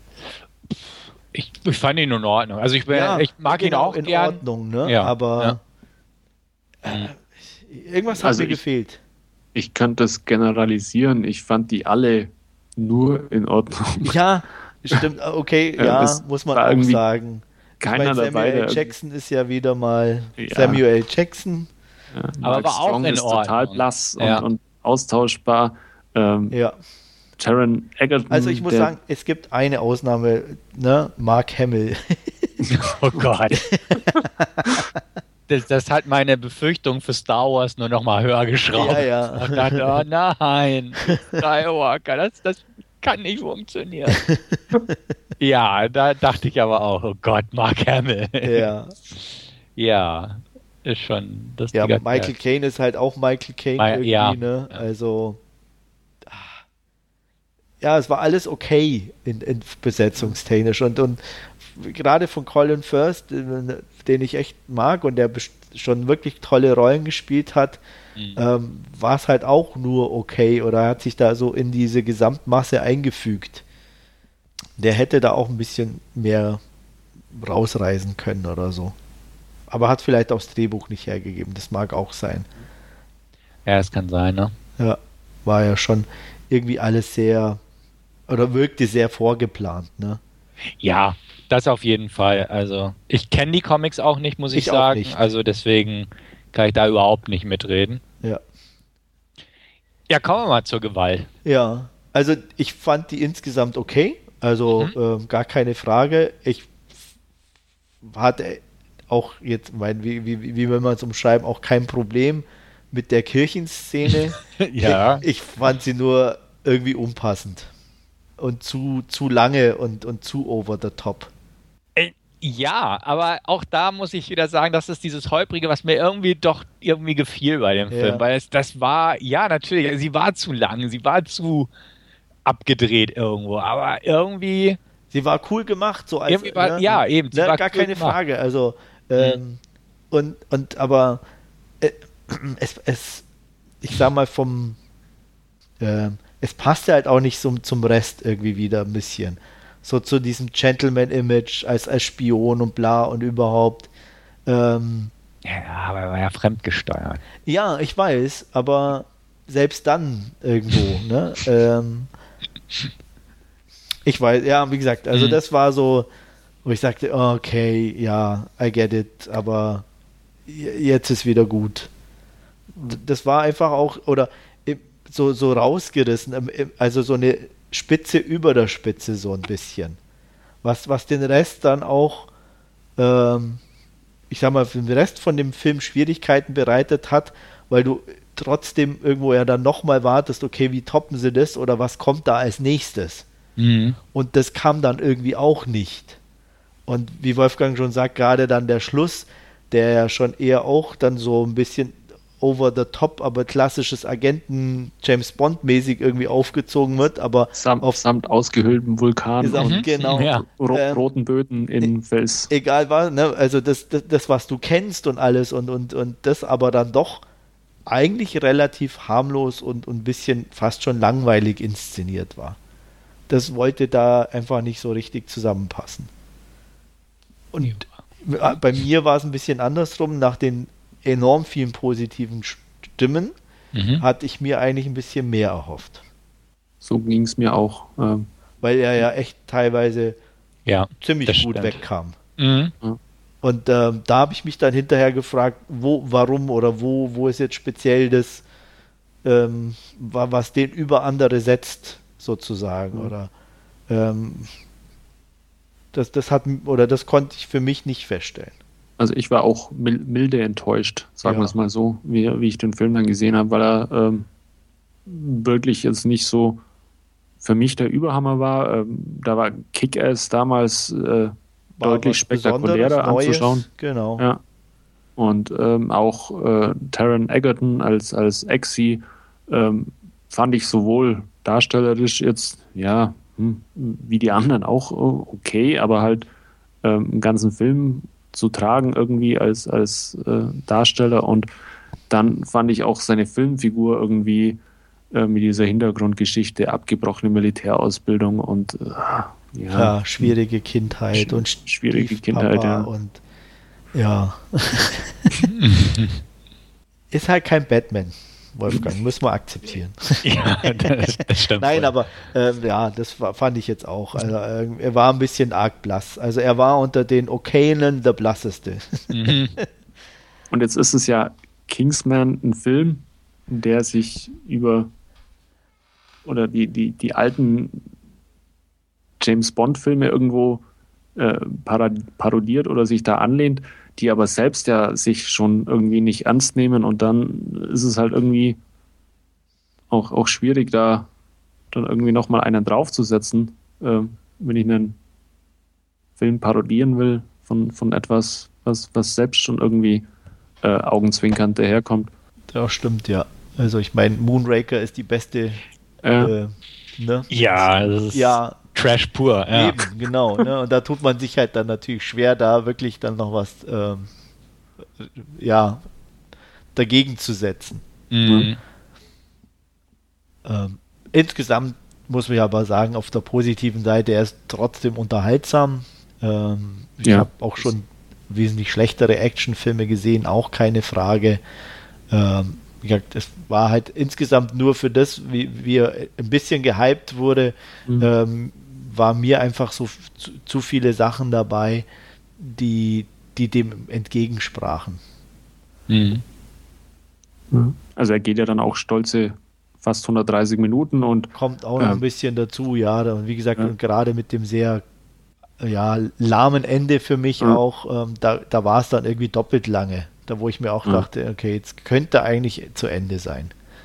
Ich, ich fand ihn in Ordnung. Also ich, ja, ich mag ihn genau, auch in gern. Ordnung, ne? Ja, Aber äh, irgendwas hat Also mir ich- gefehlt. Ich könnte es generalisieren. Ich fand die alle nur in Ordnung. Ja, stimmt, okay, Ja, ja, es muss man war auch irgendwie sagen. Keiner ich mein, dabei, Samuel der Jackson ist ja wieder mal Ja. Samuel L. Jackson. Ja, Aber Mark war auch Strong in ist total Ordnung. blass und, Ja. und austauschbar. Ähm, Ja. Taron Egerton. Also ich muss der, sagen, es gibt eine Ausnahme, ne? Mark Hamill. Oh Gott. Das, das hat meine Befürchtung für Star Wars nur noch mal höher geschraubt. Ja, ja. Ich dachte, oh nein, Skywalker, das, das kann nicht funktionieren. Ja, da dachte ich aber auch, oh Gott, Mark Hamill. Ja. Ja, ist schon das Ja, Michael Caine ist halt auch Michael Caine Mi- irgendwie, ja. ne? Ja. Also ah. ja, es war alles okay in, in besetzungstechnisch und, und gerade von Colin Firth, den den ich echt mag und der best- schon wirklich tolle Rollen gespielt hat, Mhm. ähm, war es halt auch nur okay oder hat sich da so in diese Gesamtmasse eingefügt. Der hätte da auch ein bisschen mehr rausreißen können oder so. Aber hat vielleicht auch das Drehbuch nicht hergegeben, das mag auch sein. Ja, das kann sein, ne? Ja, war ja schon irgendwie alles sehr, oder wirkte sehr vorgeplant, ne? Ja, das auf jeden Fall. Also, ich kenne die Comics auch nicht, muss ich, Ich auch sagen. nicht. Also, deswegen kann ich da überhaupt nicht mitreden. Ja. Ja, kommen wir mal zur Gewalt. Ja, also ich fand die insgesamt okay, also ähm, gar keine Frage. Ich hatte auch jetzt, mein, wie, wie, wie will man es umschreiben, auch kein Problem mit der Kirchenszene. Ja. Ich, ich fand sie nur irgendwie unpassend. Und zu, zu lange und, und zu over the top. Ja, aber auch da muss ich wieder sagen, das ist dieses Holprige, was mir irgendwie doch irgendwie gefiel bei dem Ja. Film, weil es, das war, ja natürlich, sie war zu lang, sie war zu abgedreht irgendwo, aber irgendwie... Sie war cool gemacht, so als... Irgendwie war, ne, ja, eben, sie ne, war gar cool keine gemacht. Frage, also ähm, mhm. und, und aber äh, es, es, ich sag mal vom äh, es passte halt auch nicht so zum Rest irgendwie wieder ein bisschen. So zu diesem Gentleman-Image als, als Spion und bla und überhaupt. Ähm, ja, aber er war ja fremdgesteuert. Ja, ich weiß, aber selbst dann irgendwo, ne? Ähm, ich weiß, ja, wie gesagt, also mhm. das war so, wo ich sagte, okay, ja, I get it, aber jetzt ist wieder gut. Das war einfach auch, oder so, so rausgerissen, also so eine Spitze über der Spitze so ein bisschen. Was, was den Rest dann auch, ähm, ich sag mal, für den Rest von dem Film Schwierigkeiten bereitet hat, weil du trotzdem irgendwo ja dann nochmal wartest, okay, wie toppen sie das oder was kommt da als nächstes? Mhm. Und das kam dann irgendwie auch nicht. Und wie Wolfgang schon sagt, gerade dann der Schluss, der ja schon eher auch dann so ein bisschen over the top, aber klassisches Agenten-James-Bond-mäßig irgendwie aufgezogen wird, aber samt, auf samt ausgehöhltem Vulkan samt, und genau, ja. ro ähm, roten Böden in Fels. Egal was, ne? Also das, das, das, was du kennst und alles und, und, und das aber dann doch eigentlich relativ harmlos und ein bisschen fast schon langweilig inszeniert war. Das wollte da einfach nicht so richtig zusammenpassen. Und ja. bei mir war es ein bisschen andersrum. Nach den enorm vielen positiven Stimmen mhm. hatte ich mir eigentlich ein bisschen mehr erhofft. So ging es mir auch. Ähm, Weil er ja echt teilweise ja, ziemlich gut stimmt. wegkam. Mhm. Ja. Und ähm, da habe ich mich dann hinterher gefragt, wo, warum oder wo, wo ist jetzt speziell das, ähm, was den über andere setzt, sozusagen. Mhm. Oder ähm, das, das hat oder das konnte ich für mich nicht feststellen. Also ich war auch milde enttäuscht, sagen ja. wir es mal so, wie, wie ich den Film dann gesehen habe, weil er ähm, wirklich jetzt nicht so für mich der Überhammer war. Ähm, da war Kick-Ass damals äh, deutlich spektakulärer anzuschauen. Genau. Ja. Und ähm, auch äh, Taron Egerton als, als Exi ähm, fand ich sowohl darstellerisch jetzt, ja, hm, wie die anderen auch okay, aber halt ähm, im ganzen Film zu tragen irgendwie als, als äh, Darsteller. Und dann fand ich auch seine Filmfigur irgendwie äh, mit dieser Hintergrundgeschichte, abgebrochene Militärausbildung und äh, ja, ja, schwierige Kindheit sch- und schwierige Kindheit, ja. Und ja. Ist halt kein Batman, Wolfgang, müssen wir akzeptieren. Ja, das, das stimmt. Nein, voll. aber ähm, ja, das war, fand ich jetzt auch. Also, äh, er war ein bisschen arg blass. Also er war unter den Okayen der blasseste. Mhm. Und jetzt ist es ja Kingsman, ein Film, der sich über oder die, die, die alten James-Bond-Filme irgendwo äh, parodiert oder sich da anlehnt, die aber selbst ja sich schon irgendwie nicht ernst nehmen und dann ist es halt irgendwie auch, auch schwierig, da dann irgendwie nochmal einen draufzusetzen, äh, wenn ich einen Film parodieren will von, von etwas, was, was selbst schon irgendwie äh, augenzwinkernd daherkommt. Ja, stimmt, ja. Also ich meine, Moonraker ist die beste äh, äh, ne? Ja, das ist ja, Trash pur. Ja. Eben, genau. Ne? Und da tut man sich halt dann natürlich schwer, da wirklich dann noch was ähm, ja, dagegen zu setzen. Mhm. Ähm, insgesamt muss man aber sagen, auf der positiven Seite, er ist trotzdem unterhaltsam. Ähm, ich ja. habe auch schon wesentlich schlechtere Actionfilme gesehen, auch keine Frage. Ähm, wie gesagt, es war halt insgesamt nur für das, wie, wie er ein bisschen gehypt wurde, mhm. ähm, war mir einfach so zu, zu viele Sachen dabei, die, die dem entgegensprachen. Mhm. Also er geht ja dann auch stolze fast hundertdreißig Minuten und kommt auch noch äh, ein bisschen dazu, ja. Und wie gesagt, ja. und gerade mit dem sehr ja, lahmen Ende für mich ja. auch, ähm, da, da war es dann irgendwie doppelt lange. Da wo ich mir auch ja. dachte, okay, jetzt könnte eigentlich zu Ende sein.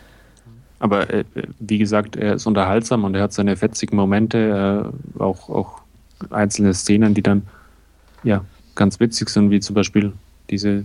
Aber äh, wie gesagt, er ist unterhaltsam und er hat seine fetzigen Momente, äh, auch, auch einzelne Szenen, die dann ja ganz witzig sind, wie zum Beispiel diese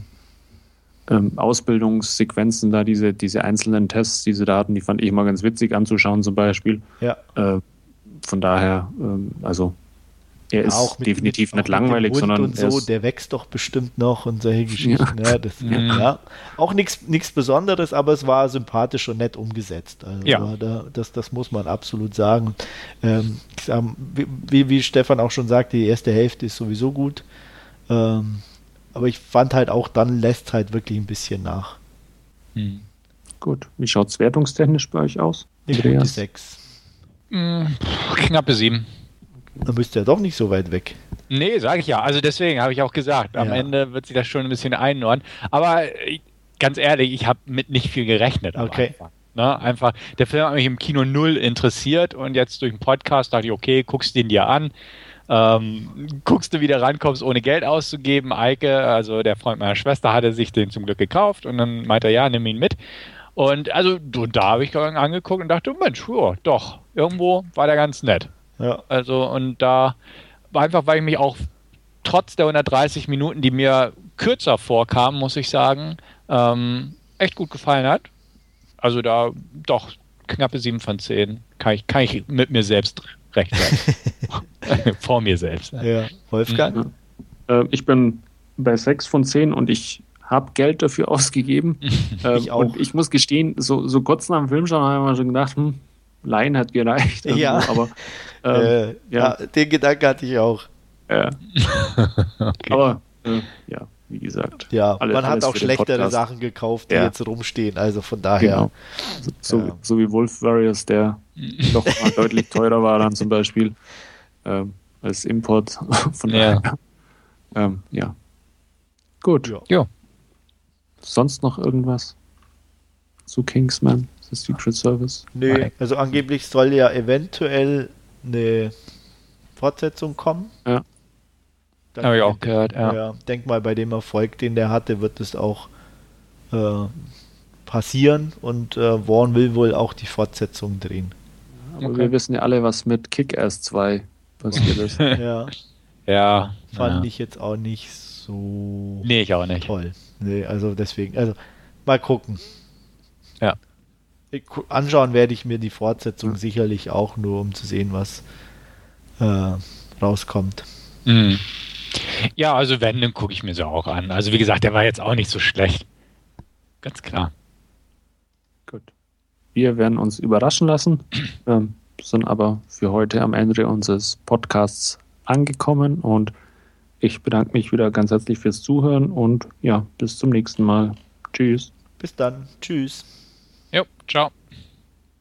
ähm, Ausbildungssequenzen da, diese, diese einzelnen Tests, diese Daten, die fand ich immer ganz witzig anzuschauen zum Beispiel. Ja. Äh, von daher, ähm, also er ist auch mit, definitiv mit, nicht langweilig, sondern und so, er ist, der wächst doch bestimmt noch und solche Geschichten. Ja, das, Mhm. ja. Auch nichts Besonderes, aber es war sympathisch und nett umgesetzt. Also Ja. da, das, das muss man absolut sagen. Ähm, wie, wie Stefan auch schon sagte, die erste Hälfte ist sowieso gut. Ähm, aber ich fand halt auch, dann lässt halt wirklich ein bisschen nach. Hm. gut. Wie schaut es wertungstechnisch bei euch aus? Eine gute Andreas? sechs. Mm, knappe sieben. Dann bist du ja doch nicht so weit weg. Nee, sage ich ja. Also deswegen habe ich auch gesagt, am Ja. Ende wird sich das schon ein bisschen einordnen. Aber äh, ganz ehrlich, ich habe mit nicht viel gerechnet. am Okay. Anfang. Ne? Einfach, der Film hat mich im Kino null interessiert und jetzt durch den Podcast dachte ich, okay, guckst den dir an. Ähm, guckst du, wie du rankommst, ohne Geld auszugeben. Eike, also der Freund meiner Schwester, hatte sich den zum Glück gekauft und dann meinte er, ja, nimm ihn mit. Und also und da habe ich angeguckt und dachte, Mensch, ja, doch, irgendwo war der ganz nett. Ja. Also und da war einfach, weil ich mich auch trotz der hundertdreißig Minuten, die mir kürzer vorkamen, muss ich sagen, ähm, echt gut gefallen hat. Also da doch knappe sieben von zehn kann ich, kann ich mit mir selbst rechtfertigen. Vor mir selbst. Ne? Ja. Wolfgang? Äh, ich bin bei sechs von zehn und ich habe Geld dafür ausgegeben. ähm, Ich auch. Und ich muss gestehen, so, so kurz nach dem Filmschauen habe ich mir schon gedacht, hm, Laien hat gereicht. irgendwo, Ja. Aber, ähm, Äh, ja. ja, den Gedanken hatte ich auch. äh, Okay. aber äh, ja, wie gesagt. Ja, alle- man hat alles auch für den schlechtere Podcast. Sachen gekauft, die Ja. jetzt rumstehen. Also von daher. Genau. So, Ja. so wie Wolf Warriors, der doch mal deutlich teurer war dann zum Beispiel ähm, als Import. Von Ja. daher. Ähm, ja. Gut. Ja. Jo. Sonst noch irgendwas zu Kingsman, The Secret Service? Nö, Nein. also angeblich soll ja eventuell eine Fortsetzung kommen. Ja. Dann Habe ich auch gehört, ja. Ja, denk mal, bei dem Erfolg, den der hatte, wird es auch äh, passieren und äh, Vaughn will wohl auch die Fortsetzung drehen. Aber Okay. wir wissen ja alle, was mit Kick-Ass zwei passiert ist. Ja, Ja. fand ja. ich jetzt auch nicht so Nee, ich auch nicht. toll. Nee, also deswegen, also mal gucken. Ja. Ich, gu- anschauen werde ich mir die Fortsetzung sicherlich auch nur, um zu sehen, was äh, rauskommt. Mhm. Ja, also wenn, dann gucke ich mir so auch an. Also wie gesagt, der war jetzt auch nicht so schlecht. Ganz klar. Gut. Wir werden uns überraschen lassen, ähm, sind aber für heute am Ende unseres Podcasts angekommen und ich bedanke mich wieder ganz herzlich fürs Zuhören und ja, bis zum nächsten Mal. Tschüss. Bis dann. Tschüss. Jo, ciao.